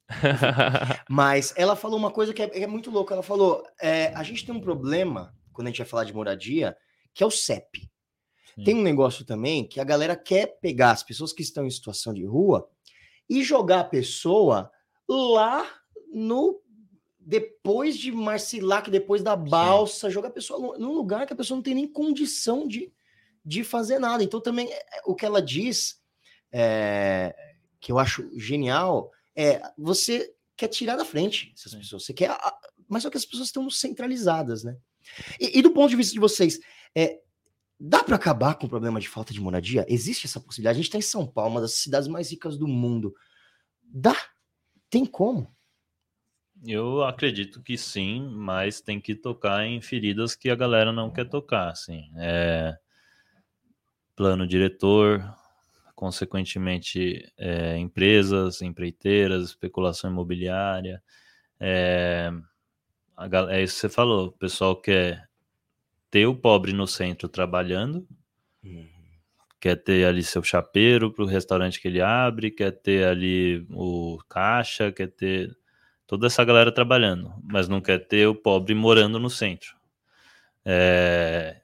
Mas ela falou uma coisa que é, é muito louca. Ela falou, é, a gente tem um problema, quando a gente vai falar de moradia, que é o C E P. Sim. Tem um negócio também que a galera quer pegar as pessoas que estão em situação de rua e jogar a pessoa lá no... depois de Marcilac, depois da balsa, Sim. jogar a pessoa num lugar que a pessoa não tem nem condição de, de fazer nada. Então também, o que ela diz, é, que eu acho genial, é você quer tirar da frente essas Sim. pessoas, você quer, mas só que as pessoas estão centralizadas, né? E, e do ponto de vista de vocês, é, dá para acabar com o problema de falta de moradia? Existe essa possibilidade? A gente está em São Paulo, uma das cidades mais ricas do mundo. Dá? Tem como? Eu acredito que sim, mas tem que tocar em feridas que a galera não quer tocar, assim. É... Plano diretor, consequentemente, é, empresas, empreiteiras, especulação imobiliária. É... A gal... é isso que você falou, o pessoal quer ter o pobre no centro trabalhando, uhum. quer ter ali seu chapeiro para o restaurante que ele abre, quer ter ali o caixa, quer ter... toda essa galera trabalhando, mas não quer ter o pobre morando no centro. É...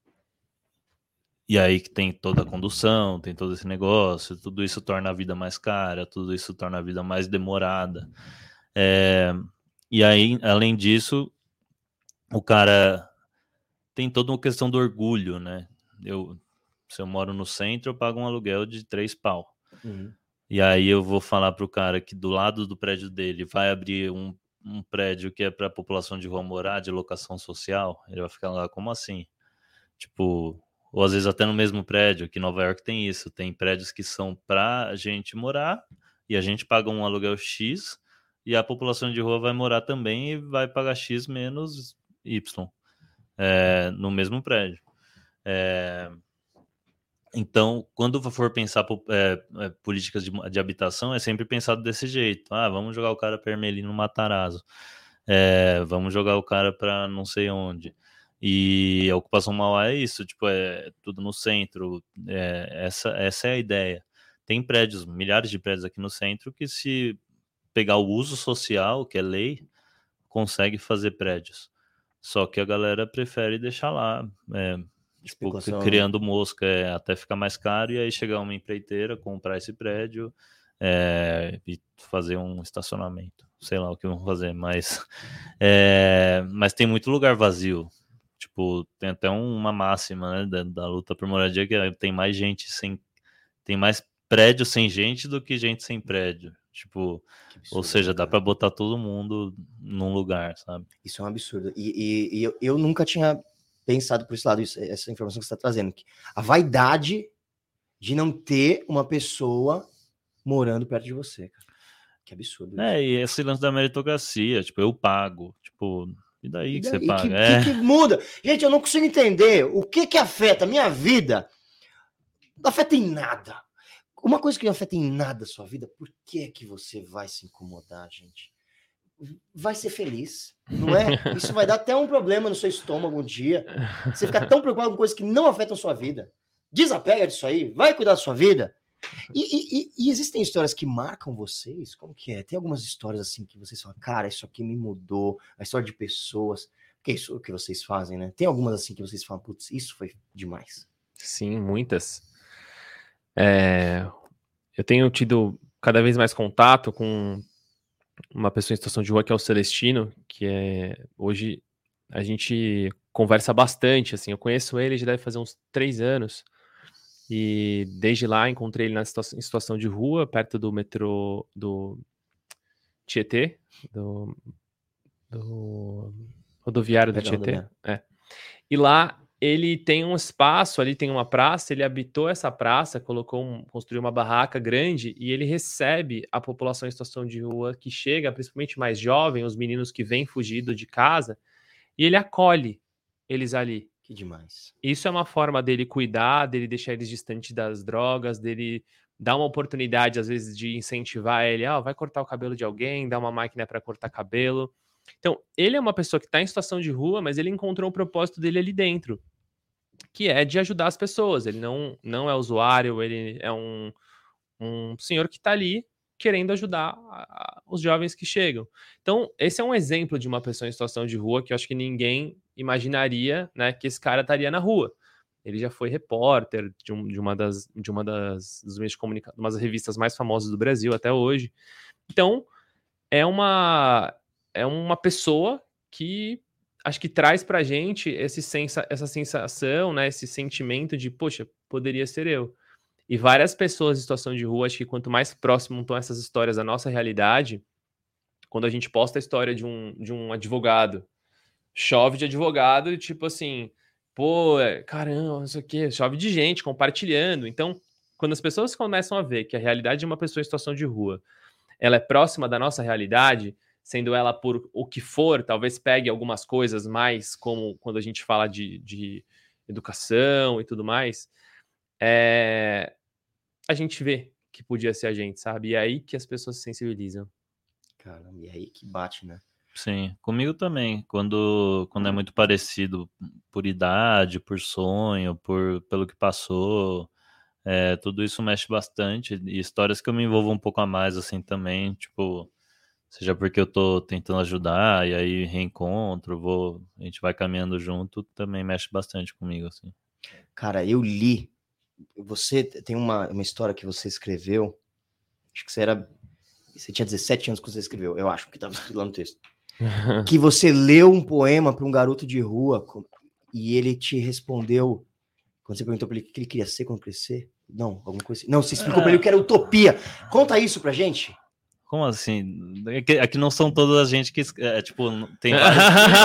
E aí que tem toda a condução, tem todo esse negócio, tudo isso torna a vida mais cara, tudo isso torna a vida mais demorada. É... E aí, além disso, o cara tem toda uma questão do orgulho, né? Eu, se eu moro no centro, eu pago um aluguel de três pau. Uhum. E aí eu vou falar pro cara que do lado do prédio dele vai abrir um, um prédio que é para a população de rua morar, de locação social. Ele vai ficar lá, como assim? Tipo, ou às vezes até no mesmo prédio, que Nova York tem isso. Tem prédios que são pra gente morar e a gente paga um aluguel X e a população de rua vai morar também e vai pagar X menos Y é, no mesmo prédio. É... Então, quando for pensar é, é, políticas de, de habitação, é sempre pensado desse jeito. Ah, vamos jogar o cara para Ermelino Matarazzo. É, vamos jogar o cara para não sei onde. E a ocupação Mauá é isso, tipo, é tudo no centro. É, essa, essa é a ideia. Tem prédios, milhares de prédios aqui no centro que, se pegar o uso social, que é lei, consegue fazer prédios. Só que a galera prefere deixar lá... É, tipo, criando mosca é, até ficar mais caro, e aí chegar uma empreiteira, comprar esse prédio é, e fazer um estacionamento. Sei lá o que vão fazer, mas, é, mas tem muito lugar vazio. Tipo, tem até uma máxima, né, da, da luta por moradia, que é, tem mais gente sem... Tem mais prédio sem gente do que gente sem prédio. Tipo, absurdo, ou seja, dá para botar todo mundo num lugar, sabe? Isso é um absurdo. E, e, e eu, eu nunca tinha... pensado por esse lado, isso, essa informação que você está trazendo, que a vaidade de não ter uma pessoa morando perto de você, cara. Que absurdo isso. É, e esse lance da meritocracia, tipo, eu pago, tipo, e daí, e daí que você que, paga? Que, é. que, que muda? Gente, eu não consigo entender o que que afeta a minha vida. Não afeta em nada. Uma coisa que não afeta em nada a sua vida, por que é que você vai se incomodar, gente? Vai ser feliz, não é? Isso vai dar até um problema no seu estômago um dia. Você fica tão preocupado com coisas que não afetam a sua vida. Desapega disso aí, vai cuidar da sua vida. E, e, e existem histórias que marcam vocês? Como que é? Tem algumas histórias assim que vocês falam, cara, isso aqui me mudou. A história de pessoas, que é isso que vocês fazem, né? Tem algumas assim que vocês falam, putz, isso foi demais. Sim, muitas. É, eu tenho tido cada vez mais contato com uma pessoa em situação de rua, que é o Celestino, que é, hoje a gente conversa bastante, assim, eu conheço ele, já deve fazer uns três anos, e desde lá encontrei ele na situa- em situação de rua, perto do metrô do Tietê, do, do rodoviário do Perdão, Tietê, é. E lá ele tem um espaço, ali tem uma praça, ele habitou essa praça, colocou um, construiu uma barraca grande, e ele recebe a população em situação de rua que chega, principalmente mais jovem, os meninos que vêm fugido de casa, e ele acolhe eles ali. Que demais. Isso é uma forma dele cuidar, dele deixar eles distantes das drogas, dele dar uma oportunidade, às vezes, de incentivar ele, ah, vai cortar o cabelo de alguém, dá uma máquina para cortar cabelo. Então, ele é uma pessoa que está em situação de rua, mas ele encontrou o propósito dele ali dentro, que é de ajudar as pessoas. Ele não, não é usuário, ele é um, um senhor que está ali querendo ajudar a, a, os jovens que chegam. Então, esse é um exemplo de uma pessoa em situação de rua que eu acho que ninguém imaginaria, né, que esse cara estaria na rua. Ele já foi repórter de, um, de uma das, de uma das, dos meios de comunicação, uma das revistas mais famosas do Brasil até hoje. Então, é uma, é uma pessoa que acho que traz pra gente esse sensa, essa sensação, né, esse sentimento de, poxa, poderia ser eu. E várias pessoas em situação de rua, acho que quanto mais próximo estão essas histórias da nossa realidade, quando a gente posta a história de um, de um advogado, chove de advogado, e tipo assim, pô, caramba, não sei o quê, chove de gente compartilhando. Então, quando as pessoas começam a ver que a realidade de uma pessoa em situação de rua, ela é próxima da nossa realidade, sendo ela por o que for, talvez pegue algumas coisas mais, como quando a gente fala de, de educação e tudo mais, é... a gente vê que podia ser a gente, sabe? E é aí que as pessoas se sensibilizam. Caramba, e é aí que bate, né? Sim, comigo também. Quando, quando é muito parecido por idade, por sonho, por, pelo que passou, é, tudo isso mexe bastante. E histórias que eu me envolvo um pouco a mais, assim, também, tipo, seja porque eu tô tentando ajudar, e aí reencontro, vou, a gente vai caminhando junto, também mexe bastante comigo, assim. Cara, eu li, você tem uma, uma história que você escreveu, acho que você era, você tinha dezessete anos quando você escreveu, eu acho que estava escrito lá no texto, que você leu um poema para um garoto de rua e ele te respondeu, quando você perguntou para ele o que ele queria ser quando crescer, não, alguma coisa assim. Não, você explicou é. para ele o que era utopia. Conta isso pra gente. Como assim? Aqui, aqui não são todas as gente que... É, tipo, tem vários...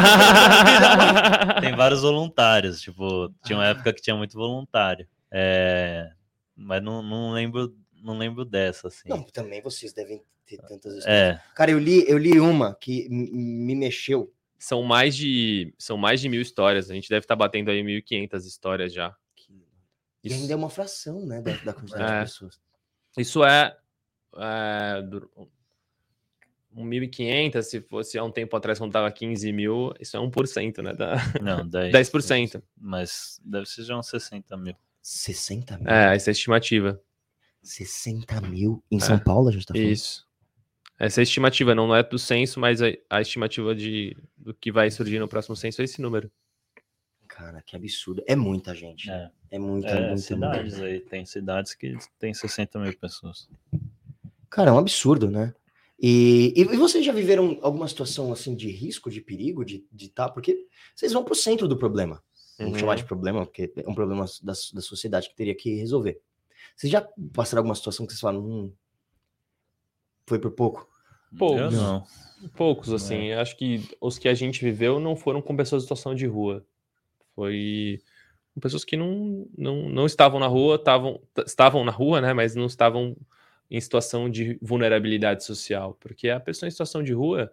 tem vários voluntários. Tipo, tinha uma época que tinha muito voluntário. É, mas não, não, lembro, não lembro dessa, assim. Não, também vocês devem ter tantas histórias. É. Cara, eu li, eu li uma que me mexeu. São mais de, são mais de mil histórias. A gente deve estar batendo aí mil e quinhentas histórias já. E isso... ainda é uma fração, né, da, da quantidade é. de pessoas. Isso é... É, mil e quinhentas, se fosse há um tempo atrás quando tava quinze mil, isso é um por cento, né? Da... Não, dez, dez por cento. Mas deve ser já uns sessenta mil. sessenta mil? É, essa é a estimativa. sessenta mil em é. São Paulo, a gente tá falando? Isso. Essa é a estimativa, não, não é do censo, mas a, a estimativa de, do que vai surgir no próximo censo é esse número. Cara, que absurdo. É muita gente. É, é muita, é, muita, cidades muita. aí. Tem cidades que tem sessenta mil pessoas. Cara, é um absurdo, né? E, e vocês já viveram alguma situação assim de risco, de perigo, de estar... Tá, porque vocês vão pro centro do problema. Vamos uhum. chamar de problema, porque é um problema da, da sociedade que teria que resolver. Vocês já passaram alguma situação que vocês falam, hum, foi por pouco? Poucos. Não. Poucos, assim. É. Acho que os que a gente viveu não foram com pessoas em situação de rua. Foi com pessoas que não, não, não estavam na rua, tavam, estavam na rua, né, mas não estavam em situação de vulnerabilidade social. Porque a pessoa em situação de rua,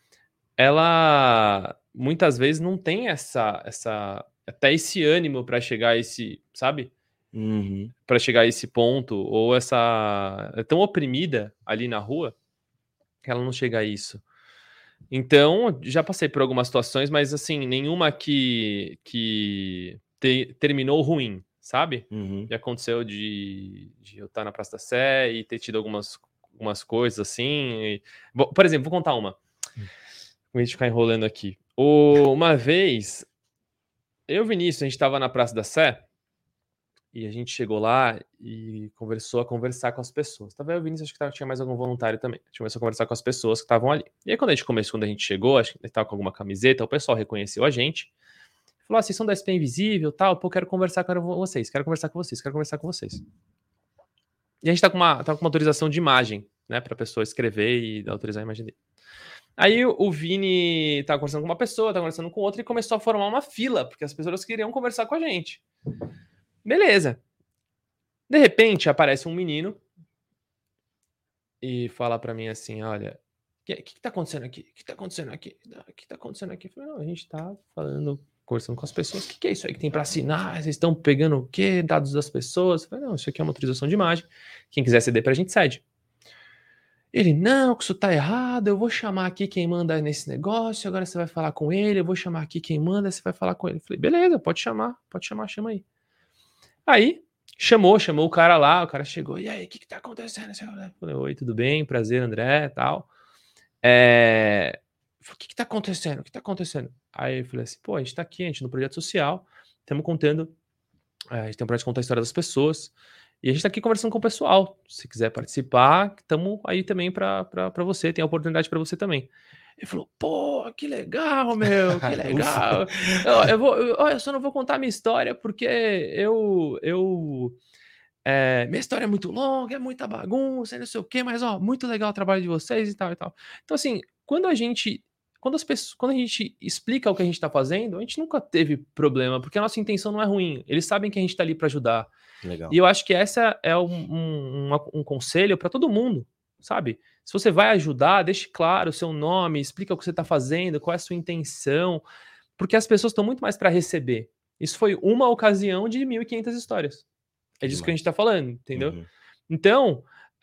ela muitas vezes não tem essa, essa até esse ânimo para chegar a esse, sabe? Uhum. Para chegar a esse ponto, ou essa... é tão oprimida ali na rua, que ela não chega a isso. Então, já passei por algumas situações, mas assim, nenhuma que, que te, terminou ruim, sabe? Uhum. Já aconteceu de, de eu estar na Praça da Sé e ter tido algumas, algumas coisas assim. E... Por exemplo, vou contar uma. Vou ficar enrolando aqui. O, uma vez, eu e o Vinícius, a gente estava na Praça da Sé e a gente chegou lá e conversou a conversar com as pessoas. Tava eu e o Vinícius, acho que tava, tinha mais algum voluntário também. A gente começou a conversar com as pessoas que estavam ali. E aí, quando a gente começou, quando a gente chegou, acho que ele tava com alguma camiseta, o pessoal reconheceu a gente. Falou, ah, vocês são da S P Invisível, tal, pô, quero conversar com vocês, quero conversar com vocês, quero conversar com vocês. E a gente tá com uma, tá com uma autorização de imagem, né, pra pessoa escrever e autorizar a imagem dele. Aí o Vini tava conversando com uma pessoa, tava conversando com outra e começou a formar uma fila, porque as pessoas queriam conversar com a gente. Beleza. De repente, aparece um menino e fala pra mim assim, olha, o que, que, que tá acontecendo aqui? O que tá acontecendo aqui? O que tá acontecendo aqui? Eu falei, não, a gente tá falando, conversando com as pessoas. O que, que é isso aí que tem pra assinar? Vocês estão pegando o quê? Dados das pessoas? Eu falei, não, isso aqui é uma autorização de imagem. Quem quiser ceder pra gente, cede. Ele, não, que isso tá errado, eu vou chamar aqui quem manda nesse negócio, agora você vai falar com ele, eu vou chamar aqui quem manda, você vai falar com ele. Eu falei, beleza, pode chamar, pode chamar, chama aí. Aí, chamou, chamou o cara lá, o cara chegou, e aí, o que que tá acontecendo? Eu falei, oi, tudo bem? Prazer, André, e tal. É... O que que tá acontecendo? O que tá acontecendo? Aí eu falei assim, pô, a gente tá aqui, a gente no projeto social, estamos contando, a gente tem um projeto de contar a história das pessoas, e a gente tá aqui conversando com o pessoal. Se quiser participar, estamos aí também pra, pra, pra você, tem a oportunidade pra você também. Ele falou, pô, que legal, meu, que legal. eu, eu, vou, eu, eu só não vou contar a minha história porque eu... eu é, minha história é muito longa, é muita bagunça, não sei o quê, mas, ó, muito legal o trabalho de vocês e tal e tal. Então, assim, quando a gente... Quando, as pessoas, quando a gente explica o que a gente tá fazendo, a gente nunca teve problema, porque a nossa intenção não é ruim. Eles sabem que a gente tá ali pra ajudar. Legal. E eu acho que essa é um, um, um, um conselho pra todo mundo, sabe? Se você vai ajudar, deixe claro o seu nome, explica o que você tá fazendo, qual é a sua intenção, porque as pessoas estão muito mais pra receber. Isso foi uma ocasião de mil e quinhentas histórias. É disso Demais. que a gente tá falando, entendeu? Uhum. Então,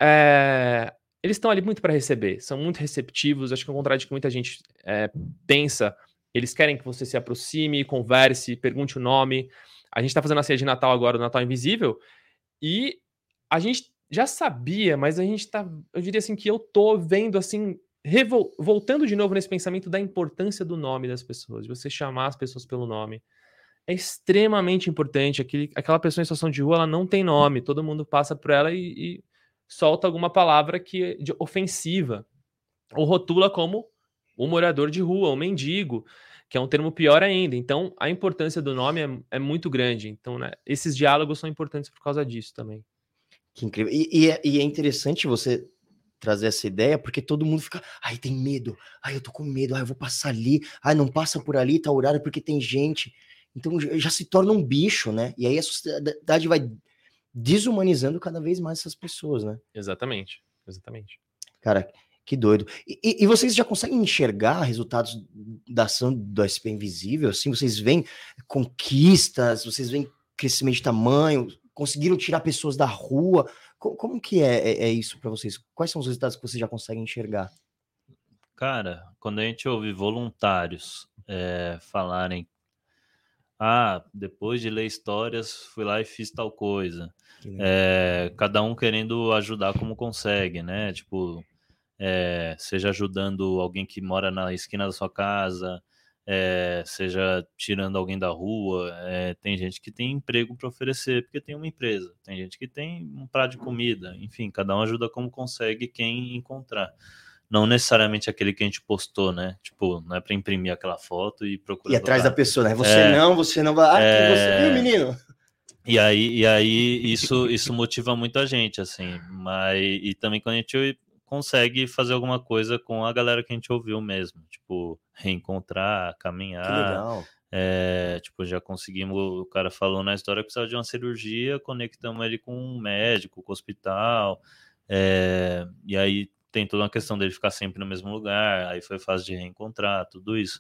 é, eles estão ali muito para receber, são muito receptivos. Acho que ao contrário de que muita gente é, pensa, eles querem que você se aproxime, converse, pergunte o nome. A gente tá fazendo a ceia de Natal agora, o Natal Invisível, e a gente já sabia, mas a gente tá, eu diria assim, que eu tô vendo assim, revol- voltando de novo nesse pensamento da importância do nome das pessoas, de você chamar as pessoas pelo nome. É extremamente importante. Aquele, aquela pessoa em situação de rua, ela não tem nome. Todo mundo passa por ela e, e solta alguma palavra que é de ofensiva. Ou rotula como o morador de rua, o mendigo, que é um termo pior ainda. Então, a importância do nome é, é muito grande. Então, né, esses diálogos são importantes por causa disso também. Que incrível. E, e é, e é interessante você trazer essa ideia, porque todo mundo fica, ai, tem medo, ai, eu tô com medo, ai, eu vou passar ali, ai, não passa por ali, tá horário porque tem gente. Então já, já se torna um bicho, né? E aí a sociedade vai desumanizando cada vez mais essas pessoas, né? Exatamente, exatamente. Cara, que doido. E, e- e vocês já conseguem enxergar resultados da ação do S P Invisível? Assim, vocês veem conquistas, vocês veem crescimento de tamanho, conseguiram tirar pessoas da rua? Co- Como, que é, é- é isso para vocês? Quais são os resultados que vocês já conseguem enxergar? Cara, quando a gente ouve voluntários é, falarem, ah, depois de ler histórias, fui lá e fiz tal coisa. Que legal. É, cada um querendo ajudar como consegue, né? Tipo, é, seja ajudando alguém que mora na esquina da sua casa, é, seja tirando alguém da rua. É, tem gente que tem emprego para oferecer porque tem uma empresa, tem gente que tem um prato de comida, enfim, cada um ajuda como consegue quem encontrar. Não necessariamente aquele que a gente postou, né? Tipo, não é para imprimir aquela foto e procurar. E atrás da pessoa, né? Você É, não, você não vai. Ah, é, quem você viu, menino? E aí, e aí isso, isso motiva muito a gente, assim. Mas, e também quando a gente consegue fazer alguma coisa com a galera que a gente ouviu mesmo. Tipo, reencontrar, Que caminhar. legal. É, tipo, já conseguimos. O cara falou na história que precisava de uma cirurgia, conectamos ele com um médico, com o hospital. É, e aí tem toda uma questão dele ficar sempre no mesmo lugar. Aí foi fácil de reencontrar, tudo isso.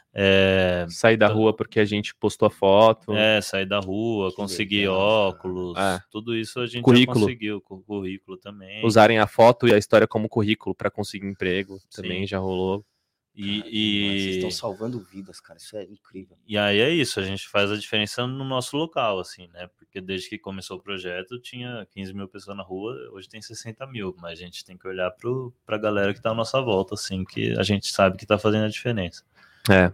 É, Sair da então- rua porque a gente postou a foto. é, sair da rua, Que conseguir legal. óculos, É. tudo isso a gente Currículo. já conseguiu, com o currículo também. Usarem a foto e a história como currículo para conseguir emprego. Também Sim. já rolou. E, Cara, demais. Vocês e, estão salvando vidas, cara. Isso é incrível. e aí é isso, a gente faz a diferença no nosso local, assim, né? Porque desde que começou o projeto tinha quinze mil pessoas na rua, hoje tem sessenta mil, mas a gente tem que olhar pro, pra galera que tá à nossa volta, assim, que a gente sabe que tá fazendo a diferença. É.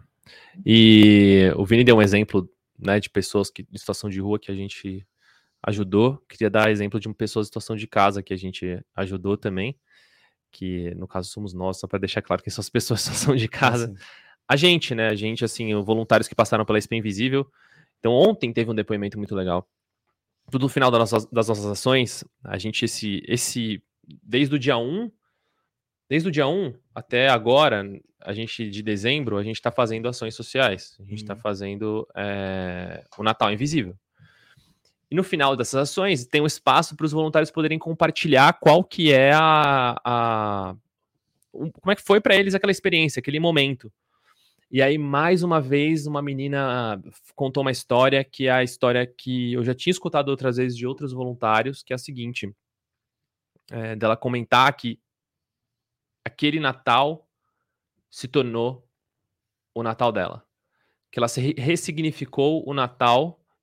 E o Vini deu um exemplo, né, de pessoas que, em situação de rua que a gente ajudou. Queria dar exemplo de uma pessoa em situação de casa que a gente ajudou também, que no caso somos nós, só para deixar claro que são as pessoas em situação de casa. Assim, A gente, né, a gente, assim, os voluntários que passaram pela S P Invisível. Então ontem teve um depoimento muito legal. Tudo no final das nossas, das nossas ações, a gente, esse, esse, desde o dia um, desde o dia um até agora, a gente, de dezembro, a gente está fazendo ações sociais. A gente está Uhum. fazendo é, o Natal Invisível. E no final dessas ações, tem um espaço para os voluntários poderem compartilhar qual que é a... a o- como é que foi para eles aquela experiência, aquele momento. E aí, mais uma vez, uma menina contou uma história, que é a história que eu já tinha escutado outras vezes de outros voluntários, que é a seguinte, é, dela comentar que aquele Natal se tornou o Natal dela. Que ela se re- ressignificou o Natal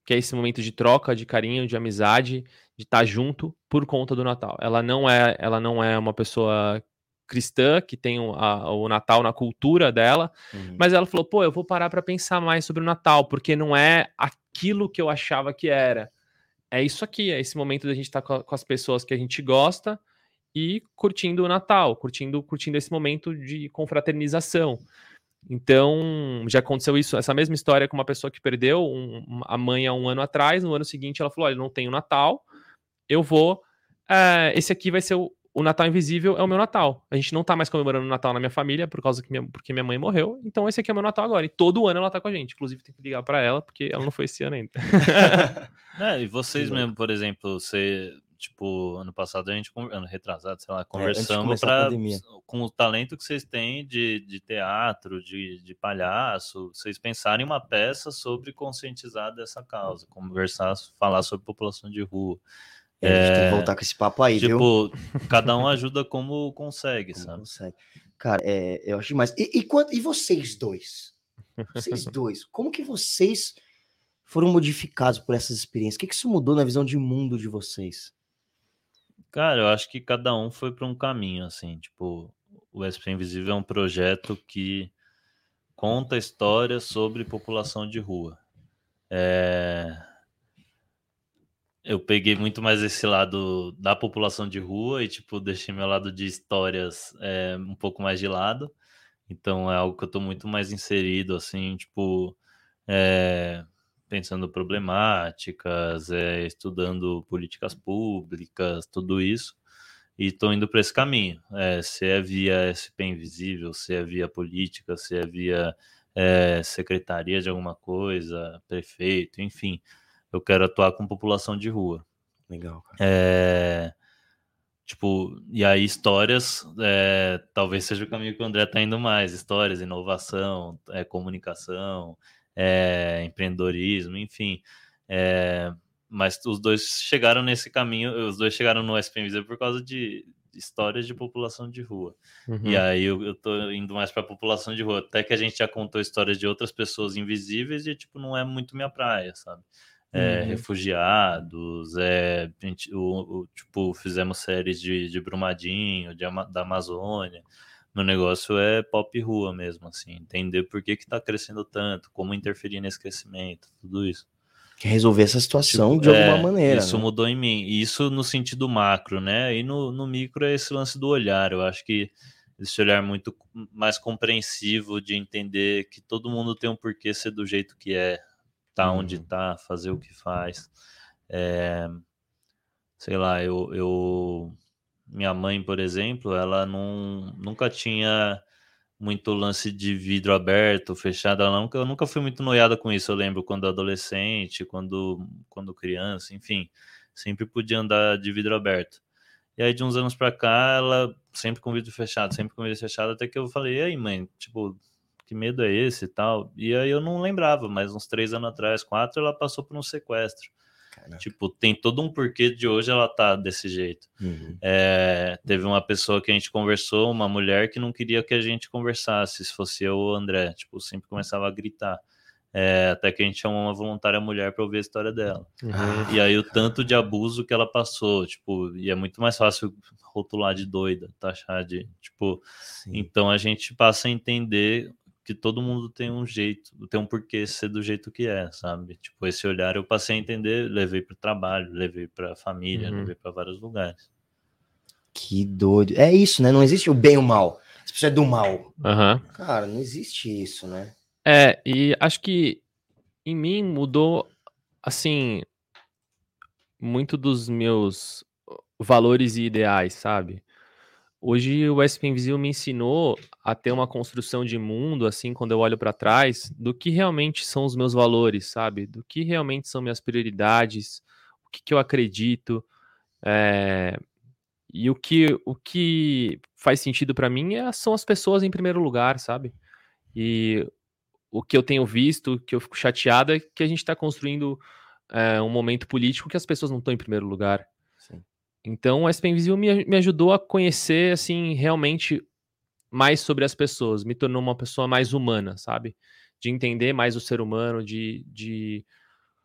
que é esse momento de troca, de carinho, de amizade, de estar junto por conta do Natal. Ela não é, ela não é uma pessoa cristã que tem o, a, o Natal na cultura dela, uhum. mas ela falou, pô, eu vou parar para pensar mais sobre o Natal, porque não é aquilo que eu achava que era. É isso aqui, é esse momento da gente estar com, com as pessoas que a gente gosta e curtindo o Natal, curtindo, curtindo esse momento de confraternização. Então, já aconteceu isso, essa mesma história com uma pessoa que perdeu um, a mãe há um ano atrás. No ano seguinte ela falou, olha, não tenho Natal, eu vou, é, esse aqui vai ser o, o Natal Invisível, é o meu Natal. A gente não tá mais comemorando o Natal na minha família, por causa que minha, porque minha mãe morreu, então esse aqui é o meu Natal agora. E todo ano ela tá com a gente, inclusive tem que ligar pra ela, porque ela não foi esse ano ainda. É, e vocês Sim, mesmo, por exemplo, você... Tipo, ano passado a gente, ano retrasado, sei lá, conversamos é, pra, com o talento que vocês têm de, de teatro, de, de palhaço, vocês pensarem uma peça sobre conscientizar dessa causa, conversar, falar sobre população de rua. É, é, a gente tem que voltar com esse papo aí, tipo, viu? Cada um ajuda como consegue, como sabe? Consegue. Cara, é, eu acho demais. E, e, quanto, e vocês dois? Vocês dois, como que vocês foram modificados por essas experiências? O que, que isso mudou na visão de mundo de vocês? Cara, eu acho que cada um foi para um caminho, assim, tipo, o S P Invisível é um projeto que conta histórias sobre população de rua. É... Eu peguei muito mais esse lado da população de rua e, tipo, deixei meu lado de histórias é, um pouco mais de lado. Então, é algo que eu tô muito mais inserido, assim, tipo, é... pensando problemáticas, é... estudando políticas públicas, tudo isso. E estou indo para esse caminho. É, se é via S P Invisível, se é via política, se é via é, secretaria de alguma coisa, prefeito, enfim. Eu quero atuar com população de rua. Legal, cara. É, tipo, e aí histórias, é, talvez seja o caminho que o André está indo mais. Histórias, inovação, é, comunicação, é, empreendedorismo, enfim. É, mas os dois chegaram nesse caminho, os dois chegaram no S P Invisível por causa de histórias de população de rua. Uhum. E aí eu, eu tô indo mais para a população de rua, até que a gente já contou histórias de outras pessoas invisíveis e, tipo, não é muito minha praia, sabe? É, uhum. Refugiados, é, gente, o, o, tipo, fizemos séries de, de Brumadinho, de, da Amazônia. Meu negócio é pop rua mesmo, assim, entender por que que tá crescendo tanto, como interferir nesse crescimento, tudo isso. Resolver essa situação tipo, de alguma é, maneira. Isso né? mudou em mim. Isso no sentido macro, né? E no, no micro é esse lance do olhar. Eu acho que esse olhar muito mais compreensivo de entender que todo mundo tem um porquê ser do jeito que é, tá uhum. onde tá, fazer o que faz. É, sei lá, eu, eu... Minha mãe, por exemplo, ela não, nunca tinha... muito lance de vidro aberto, fechado, ela nunca, eu nunca fui muito noiada com isso, eu lembro quando adolescente, quando, quando criança, enfim, sempre podia andar de vidro aberto. E aí de uns anos pra cá, ela sempre com vidro fechado, sempre com vidro fechado, até que eu falei, e aí mãe, tipo, que medo é esse e tal? E aí eu não lembrava, mas uns três anos atrás, quatro, ela passou por um sequestro. Caraca. Tipo, tem todo um porquê de hoje ela tá desse jeito. Uhum. É, teve uma pessoa que a gente conversou, uma mulher que não queria que a gente conversasse, se fosse eu ou o André, tipo, sempre começava a gritar. É, até que a gente chamou uma voluntária mulher para ouvir a história dela. Uhum. E aí o tanto de abuso que ela passou, tipo, e é muito mais fácil rotular de doida, taxar de, tipo, Sim. Então a gente passa a entender que todo mundo tem um jeito, tem um porquê ser do jeito que é, sabe? Tipo, esse olhar eu passei a entender, levei para o trabalho, levei para a família, uhum. levei para vários lugares. Que doido. É isso, né? Não existe o bem e o mal. As pessoas é do mal. Uhum. Cara, não existe isso, né? É, e acho que em mim mudou, assim, muito dos meus valores e ideais, sabe? Hoje o S P Invisível me ensinou a ter uma construção de mundo, assim, quando eu olho para trás, do que realmente são os meus valores, sabe? Do que realmente são minhas prioridades, o que, que eu acredito, é... e o que, o que faz sentido para mim é, são as pessoas em primeiro lugar, sabe? E o que eu tenho visto, que eu fico chateado, é que a gente está construindo é, um momento político que as pessoas não estão em primeiro lugar. Sim. Então, o S P Invisível me, me ajudou a conhecer, assim, realmente mais sobre as pessoas. Me tornou uma pessoa mais humana, sabe? De entender mais o ser humano, de, de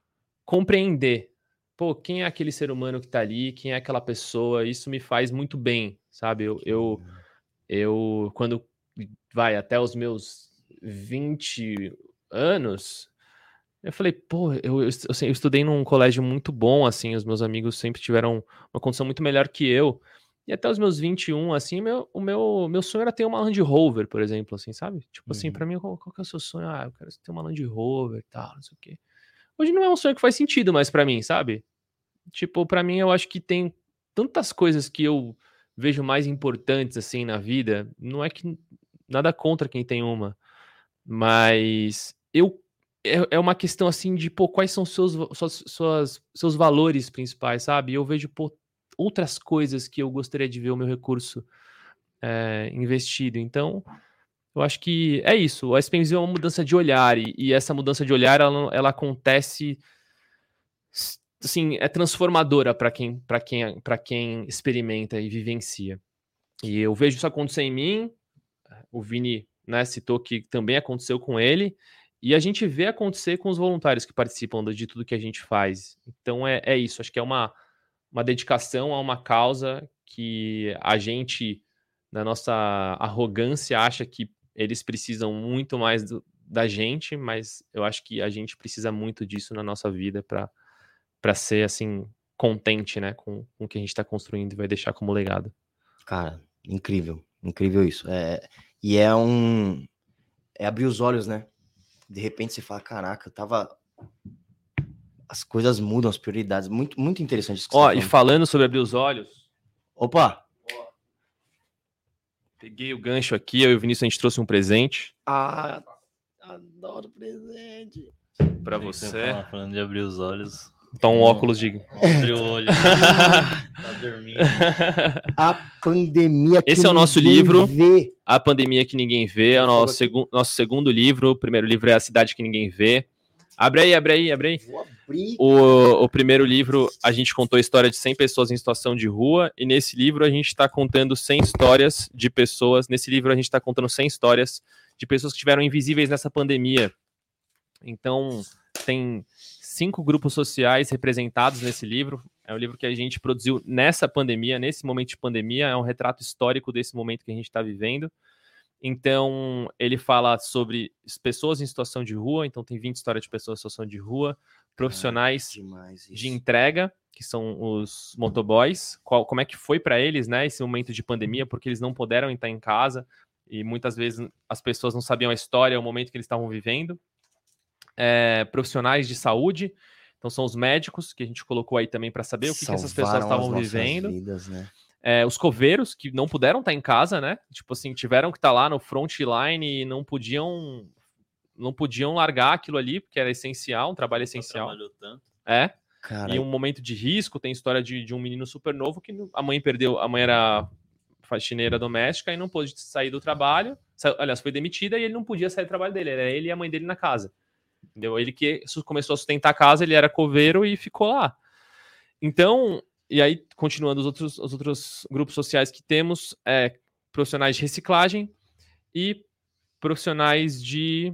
compreender, pô, quem é aquele ser humano que tá ali, quem é aquela pessoa, isso me faz muito bem, sabe? Eu, eu, eu quando vai até os meus vinte anos, eu falei, pô, eu, eu, assim, eu estudei num colégio muito bom, assim, os meus amigos sempre tiveram uma condição muito melhor que eu, e até os meus vinte e um, assim, meu, o meu, meu sonho era ter uma Land Rover, por exemplo, assim, sabe? Tipo assim, Uhum. pra mim, qual, qual que é o seu sonho? Ah, eu quero ter uma Land Rover e tal, não sei o quê. Hoje não é um sonho que faz sentido mais pra mim, sabe? Tipo, pra mim, eu acho que tem tantas coisas que eu vejo mais importantes, assim, na vida, não é que nada contra quem tem uma, mas eu é, é uma questão assim de, pô, quais são seus, suas, suas, seus valores principais, sabe? Eu vejo, pô, outras coisas que eu gostaria de ver o meu recurso é, investido. Então, eu acho que é isso. A S P M Z é uma mudança de olhar e, e essa mudança de olhar, ela, ela acontece, assim, é transformadora para quem, para quem, para quem experimenta e vivencia. E eu vejo isso acontecer em mim. O Vini, né, citou que também aconteceu com ele, e a gente vê acontecer com os voluntários que participam de tudo que a gente faz. Então é, é isso, acho que é uma, uma dedicação a uma causa que a gente, na nossa arrogância, acha que eles precisam muito mais do, da gente, mas eu acho que a gente precisa muito disso na nossa vida para ser, assim, contente, né, com, com o que a gente está construindo e vai deixar como legado. Cara, incrível, incrível isso. É, e é um... É abrir os olhos, né? De repente você fala, caraca, eu tava... As coisas mudam, as prioridades. Muito, muito interessante isso que Ó, você e tá falando. falando sobre abrir os olhos... Opa! Peguei o gancho aqui, eu e o Vinícius, a gente trouxe um presente. Ah, adoro presente. Pra Tem que você. falar, falando de abrir os olhos. Então, um óculos de... Abre o olho. Tá dormindo. A pandemia que Esse é o nosso ninguém livro. vê. A Pandemia que Ninguém Vê. É o nosso, segu... nosso segundo livro. O primeiro livro é A Cidade que Ninguém Vê. Abre aí, abre aí, abre aí. Vou abrir. O, o primeiro livro, a gente contou a história de cem pessoas em situação de rua. E nesse livro, a gente está contando cem histórias de pessoas. Nesse livro, a gente está contando cem histórias de pessoas que estiveram invisíveis nessa pandemia. Então, tem cinco grupos sociais representados nesse livro. É um livro que a gente produziu nessa pandemia, nesse momento de pandemia. É um retrato histórico desse momento que a gente está vivendo. Então, ele fala sobre pessoas em situação de rua. Então, tem vinte histórias de pessoas em situação de rua. Profissionais ah, de entrega, que são os motoboys. Qual, como é que foi para eles, né, esse momento de pandemia, porque eles não puderam estar em casa. E muitas vezes as pessoas não sabiam a história, o momento que eles estavam vivendo. É, profissionais de saúde, então são os médicos que a gente colocou aí também para saber o que, que essas pessoas estavam vivendo. Vidas, né? É, os coveiros que não puderam estar em casa, né? Tipo assim, tiveram que estar lá no frontline e não podiam, não podiam largar aquilo ali porque era essencial, um trabalho essencial. Tanto. É. Cara, e um momento de risco, tem história de, de um menino super novo que a mãe perdeu, a mãe era faxineira doméstica e não pôde sair do trabalho. Sa- aliás, foi demitida e ele não podia sair do trabalho dele, era ele e a mãe dele na casa. Entendeu? Ele que começou a sustentar a casa, ele era coveiro e ficou lá. Então, e aí, continuando os outros, os outros grupos sociais que temos, é profissionais de reciclagem e profissionais de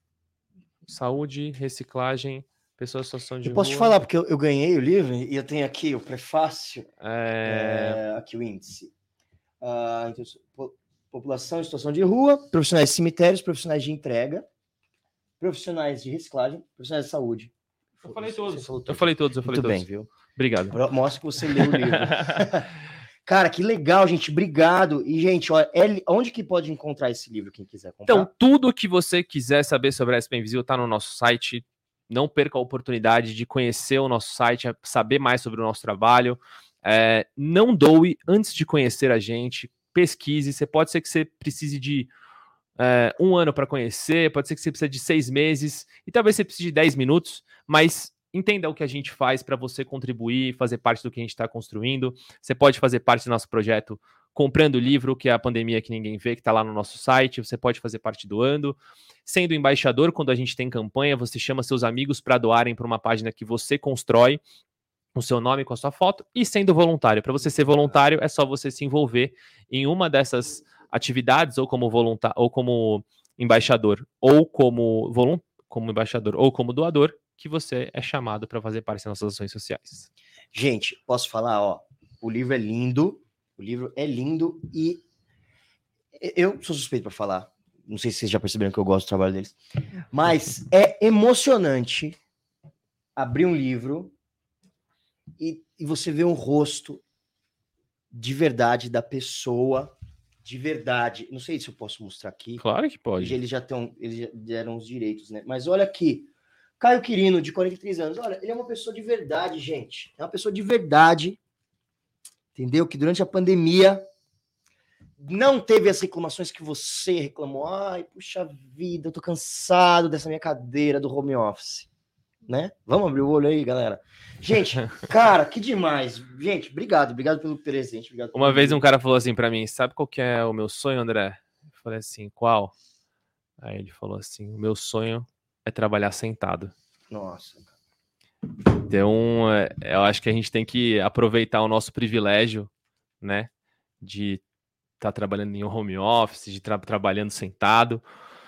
saúde, reciclagem, pessoas em situação de eu posso te rua. falar, porque eu, eu ganhei o livro e eu tenho aqui o prefácio, É... é, aqui o índice. Ah, então, po- população em situação de rua, profissionais de cemitérios, profissionais de entrega, profissionais de reciclagem, profissionais de saúde. Eu falei Você todos. falou Eu tudo. falei todos, eu falei Muito todos. bem, viu? Obrigado. Mostra que você leu o livro. Cara, que legal, gente. Obrigado. E, gente, ó, é- onde que pode encontrar esse livro, quem quiser comprar? Então, tudo que você quiser saber sobre a S P Invisível está no nosso site. Não perca a oportunidade de conhecer o nosso site, saber mais sobre o nosso trabalho. É, não doe antes de conhecer a gente. Pesquise. Você pode ser que você precise de é, um ano para conhecer, pode ser que você precise de seis meses, e talvez você precise de dez minutos, mas entenda o que a gente faz para você contribuir, fazer parte do que a gente está construindo. Você pode fazer parte do nosso projeto comprando o livro, que é a Pandemia que Ninguém Vê, que está lá no nosso site. Você pode fazer parte doando. Sendo embaixador, quando a gente tem campanha, você chama seus amigos para doarem para uma página que você constrói, com o seu nome, com a sua foto. E sendo voluntário. Para você ser voluntário, é só você se envolver em uma dessas atividades, ou como voluntário, ou como embaixador, ou como, volunt... como embaixador, ou como doador, que você é chamado para fazer parte das nossas ações sociais. Gente, posso falar, ó, o livro é lindo, o livro é lindo e eu sou suspeito para falar, não sei se vocês já perceberam que eu gosto do trabalho deles, mas é emocionante abrir um livro e, e você ver um rosto de verdade da pessoa, de verdade, não sei se eu posso mostrar aqui. Claro que pode. Eles já estão, eles já deram os direitos, né? Mas olha aqui, Caio Quirino, de quarenta e três anos, olha, ele é uma pessoa de verdade, gente. É uma pessoa de verdade, entendeu? Que durante a pandemia não teve as reclamações que você reclamou. Ai, puxa vida, eu tô cansado dessa minha cadeira do home office, né? Vamos abrir o olho aí, galera. Gente, cara, que demais. Gente, obrigado, obrigado pelo presente. Obrigado pelo Uma vez livro. um cara falou assim para mim, sabe qual que é o meu sonho, André? Eu falei assim, qual? Aí ele falou assim, o meu sonho é trabalhar sentado. Nossa. Então, é, eu acho que a gente tem que aproveitar o nosso privilégio, né, de estar tá trabalhando em home office, de estar tra- trabalhando sentado,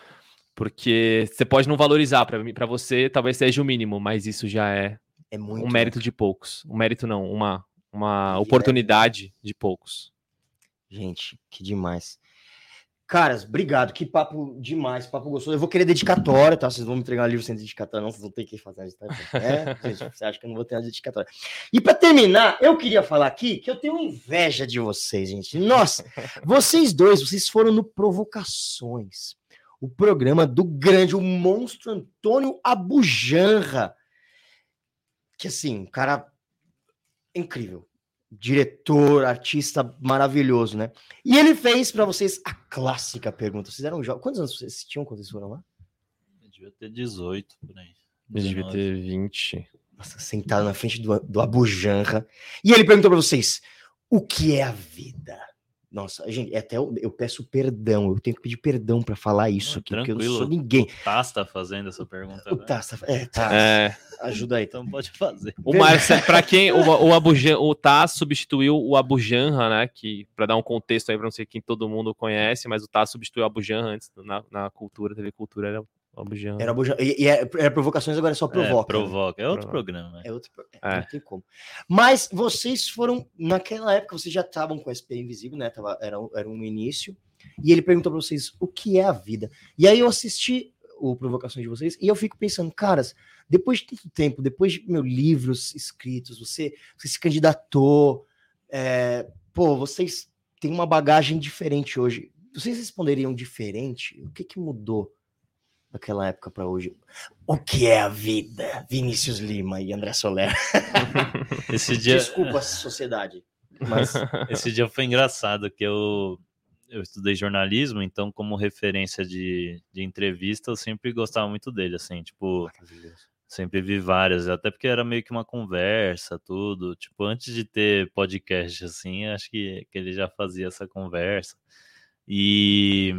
porque você pode não valorizar, para você talvez seja o mínimo, mas isso já é, É muito, um mérito né? de poucos. Um mérito não, uma, uma Privilégio. oportunidade de poucos. Gente, que demais. Caras, obrigado. Que papo demais, papo gostoso. Eu vou querer dedicatória, tá? Vocês vão me entregar um livro sem dedicatória, não. Vocês vão ter que fazer a dedicatória. É, gente, você acha que eu não vou ter uma dedicatória? E para terminar, eu queria falar aqui que eu tenho inveja de vocês, gente. Nossa, vocês dois, vocês foram no Provocações, o programa do grande, o monstro Antônio Abujanra. Que assim, um cara incrível. Diretor, artista maravilhoso, né? E ele fez pra vocês a clássica pergunta. Vocês eram jovens. Quantos anos vocês tinham quando vocês foram lá? Eu devia ter dezoito, por aí. Eu devia ter vinte. Nossa, sentado na frente do, do Abujanra. E ele perguntou pra vocês: o que é a vida? Nossa, gente, até eu, eu peço perdão. Eu tenho que pedir perdão pra falar isso Não, aqui, porque eu não tranquilo. sou ninguém. O Taz tá fazendo essa pergunta. O né? Taz, é, Taz, É, ajuda aí. Então pode fazer. o Marcelo, para quem o, o Abujan, o Taz substituiu o Abujanra, né? Que para dar um contexto aí para não sei quem todo mundo conhece, mas o Taz substituiu o Abujanra antes na, na cultura, T V Cultura era o Abujanra. Era Abujanra. E, e é, era Provocações, agora é só Provoca. É, né? provoca. É outro Provoca. programa. né? É outro. É, É. Não tem como. Mas vocês foram, naquela época, vocês já estavam com o S P Invisível, né? Tava, era, um- era um início. E ele perguntou pra vocês o que é a vida. E aí eu assisti o Provocações de vocês e eu fico pensando, caras, depois de tanto tempo, depois de meus livros escritos, você, você se candidatou, é, pô, vocês têm uma bagagem diferente hoje. Vocês responderiam diferente? O que que mudou daquela época pra hoje? O que é a vida? Vinícius Lima e André Soler. Esse dia, Desculpa, sociedade. Mas esse dia foi engraçado, que eu, eu estudei jornalismo, então como referência de, de entrevista, eu sempre gostava muito dele, assim, tipo, sempre vi várias, até porque era meio que uma conversa, tudo, tipo, antes de ter podcast, assim, acho que, que ele já fazia essa conversa, e,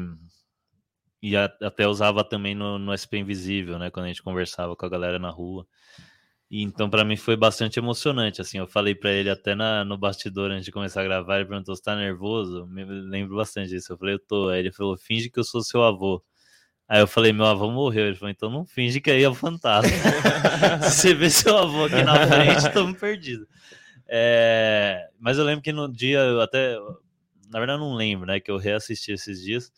e a- até usava também no, no S P Invisível, né, quando a gente conversava com a galera na rua. E então, pra mim, foi bastante emocionante, assim, eu falei pra ele até na, no bastidor, antes de começar a gravar, ele perguntou, você tá nervoso? Me lembro bastante disso, eu falei, eu tô, aí ele falou, finge que eu sou seu avô. Aí eu falei, meu avô morreu, ele falou, então não finge que aí é o fantasma. Se você vê seu avô aqui na frente, estamos perdidos. É, mas eu lembro que no dia, eu até, na verdade eu não lembro, né, que eu reassisti esses dias,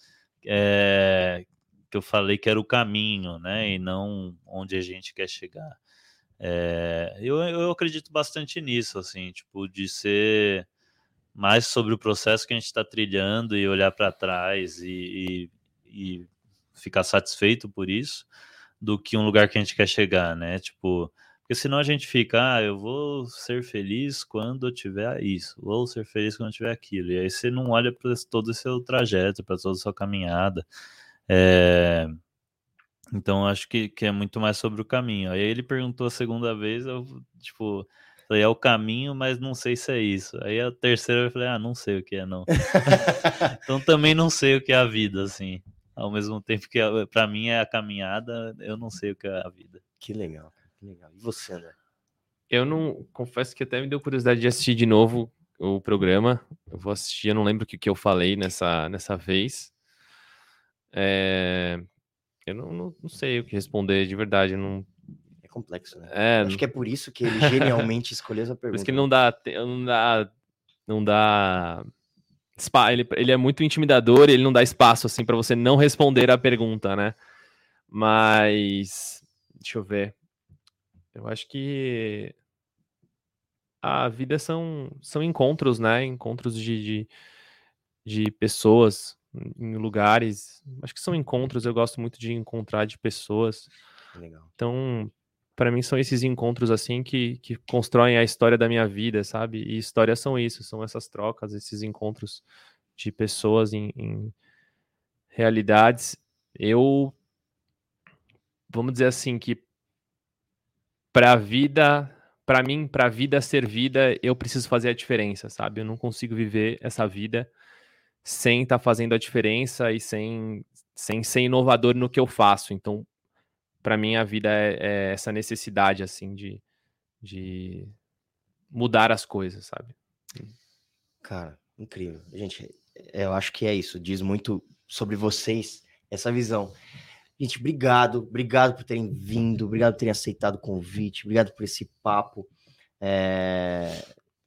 é, que eu falei que era o caminho, né, e não onde a gente quer chegar. É, eu, eu acredito bastante nisso, assim, tipo, de ser mais sobre o processo que a gente está trilhando e olhar para trás e, e, e ficar satisfeito por isso, do que um lugar que a gente quer chegar, né? Tipo, porque senão a gente fica, ah, eu vou ser feliz quando eu tiver isso, vou ser feliz quando eu tiver aquilo, e aí você não olha para todo o seu trajeto, para toda a sua caminhada. É... Então, acho que, que é muito mais sobre o caminho. Aí ele perguntou a segunda vez, eu, tipo, falei, é o caminho, mas não sei se é isso. Aí a terceira eu falei, ah, não sei o que é, não. Então, também não sei o que é a vida, assim. Ao mesmo tempo que, pra mim, é a caminhada, eu não sei o que é a vida. que legal, que legal. E você, André? Eu não, confesso que até me deu curiosidade de assistir de novo o programa. Eu vou assistir, eu não lembro o que, que eu falei nessa, nessa vez. É, eu não, não, não sei o que responder de verdade. eu Não, complexo, né? É, Acho que é por isso que ele genialmente escolheu essa por pergunta. isso que ele não dá, te- não dá, não dá, spa- ele, ele é muito intimidador, e ele não dá espaço assim para você não responder a pergunta, né? Mas deixa eu ver. Eu acho que a vida são, são encontros, né? Encontros de, de, de pessoas em lugares. Acho que são encontros, eu gosto muito de encontrar de pessoas. Legal. Então, para mim são esses encontros assim que, que constroem a história da minha vida, sabe? E histórias são isso, são essas trocas, esses encontros de pessoas em, em realidades. Eu, vamos dizer assim, que para a vida, para mim, para a vida ser vida, eu preciso fazer a diferença, sabe? Eu não consigo viver essa vida sem estar fazendo a diferença e sem, sem ser inovador no que eu faço. Então, para mim, a vida é, é essa necessidade, assim, de, de mudar as coisas, sabe? Cara, incrível. Gente, eu acho que é isso. Diz muito sobre vocês, essa visão. Gente, obrigado. Obrigado por terem vindo. Obrigado por terem aceitado o convite. Obrigado por esse papo. É...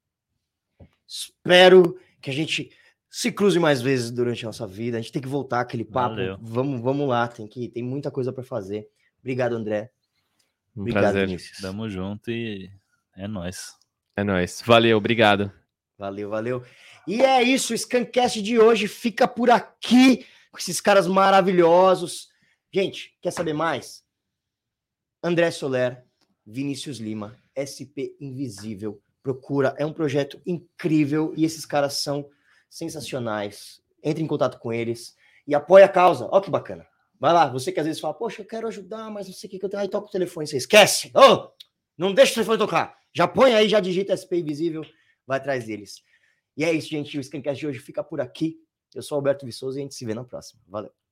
Espero que a gente se cruze mais vezes durante a nossa vida. A gente tem que voltar àquele papo. Valeu. Vamos, vamos lá. Tem, que, tem muita coisa para fazer. Obrigado, André. Um Obrigado, prazer. Vinícius. Tamo junto e é nóis. É nóis. Valeu, obrigado. Valeu, valeu. E é isso, o Scancast de hoje fica por aqui com esses caras maravilhosos. Gente, quer saber mais? André Soler, Vinícius Lima, S P Invisível. Procura, é um projeto incrível e esses caras são sensacionais. Entre em contato com eles e apoia a causa. Ó que bacana. Vai lá, você que às vezes fala, poxa, eu quero ajudar, mas não sei o que que eu tenho. Aí toca o telefone, você esquece. Ô, não deixa o telefone tocar. Já põe aí, já digita S P Invisível, vai atrás deles. E é isso, gente. O Scancast de hoje fica por aqui. Eu sou o Alberto Viçoso e a gente se vê na próxima. Valeu.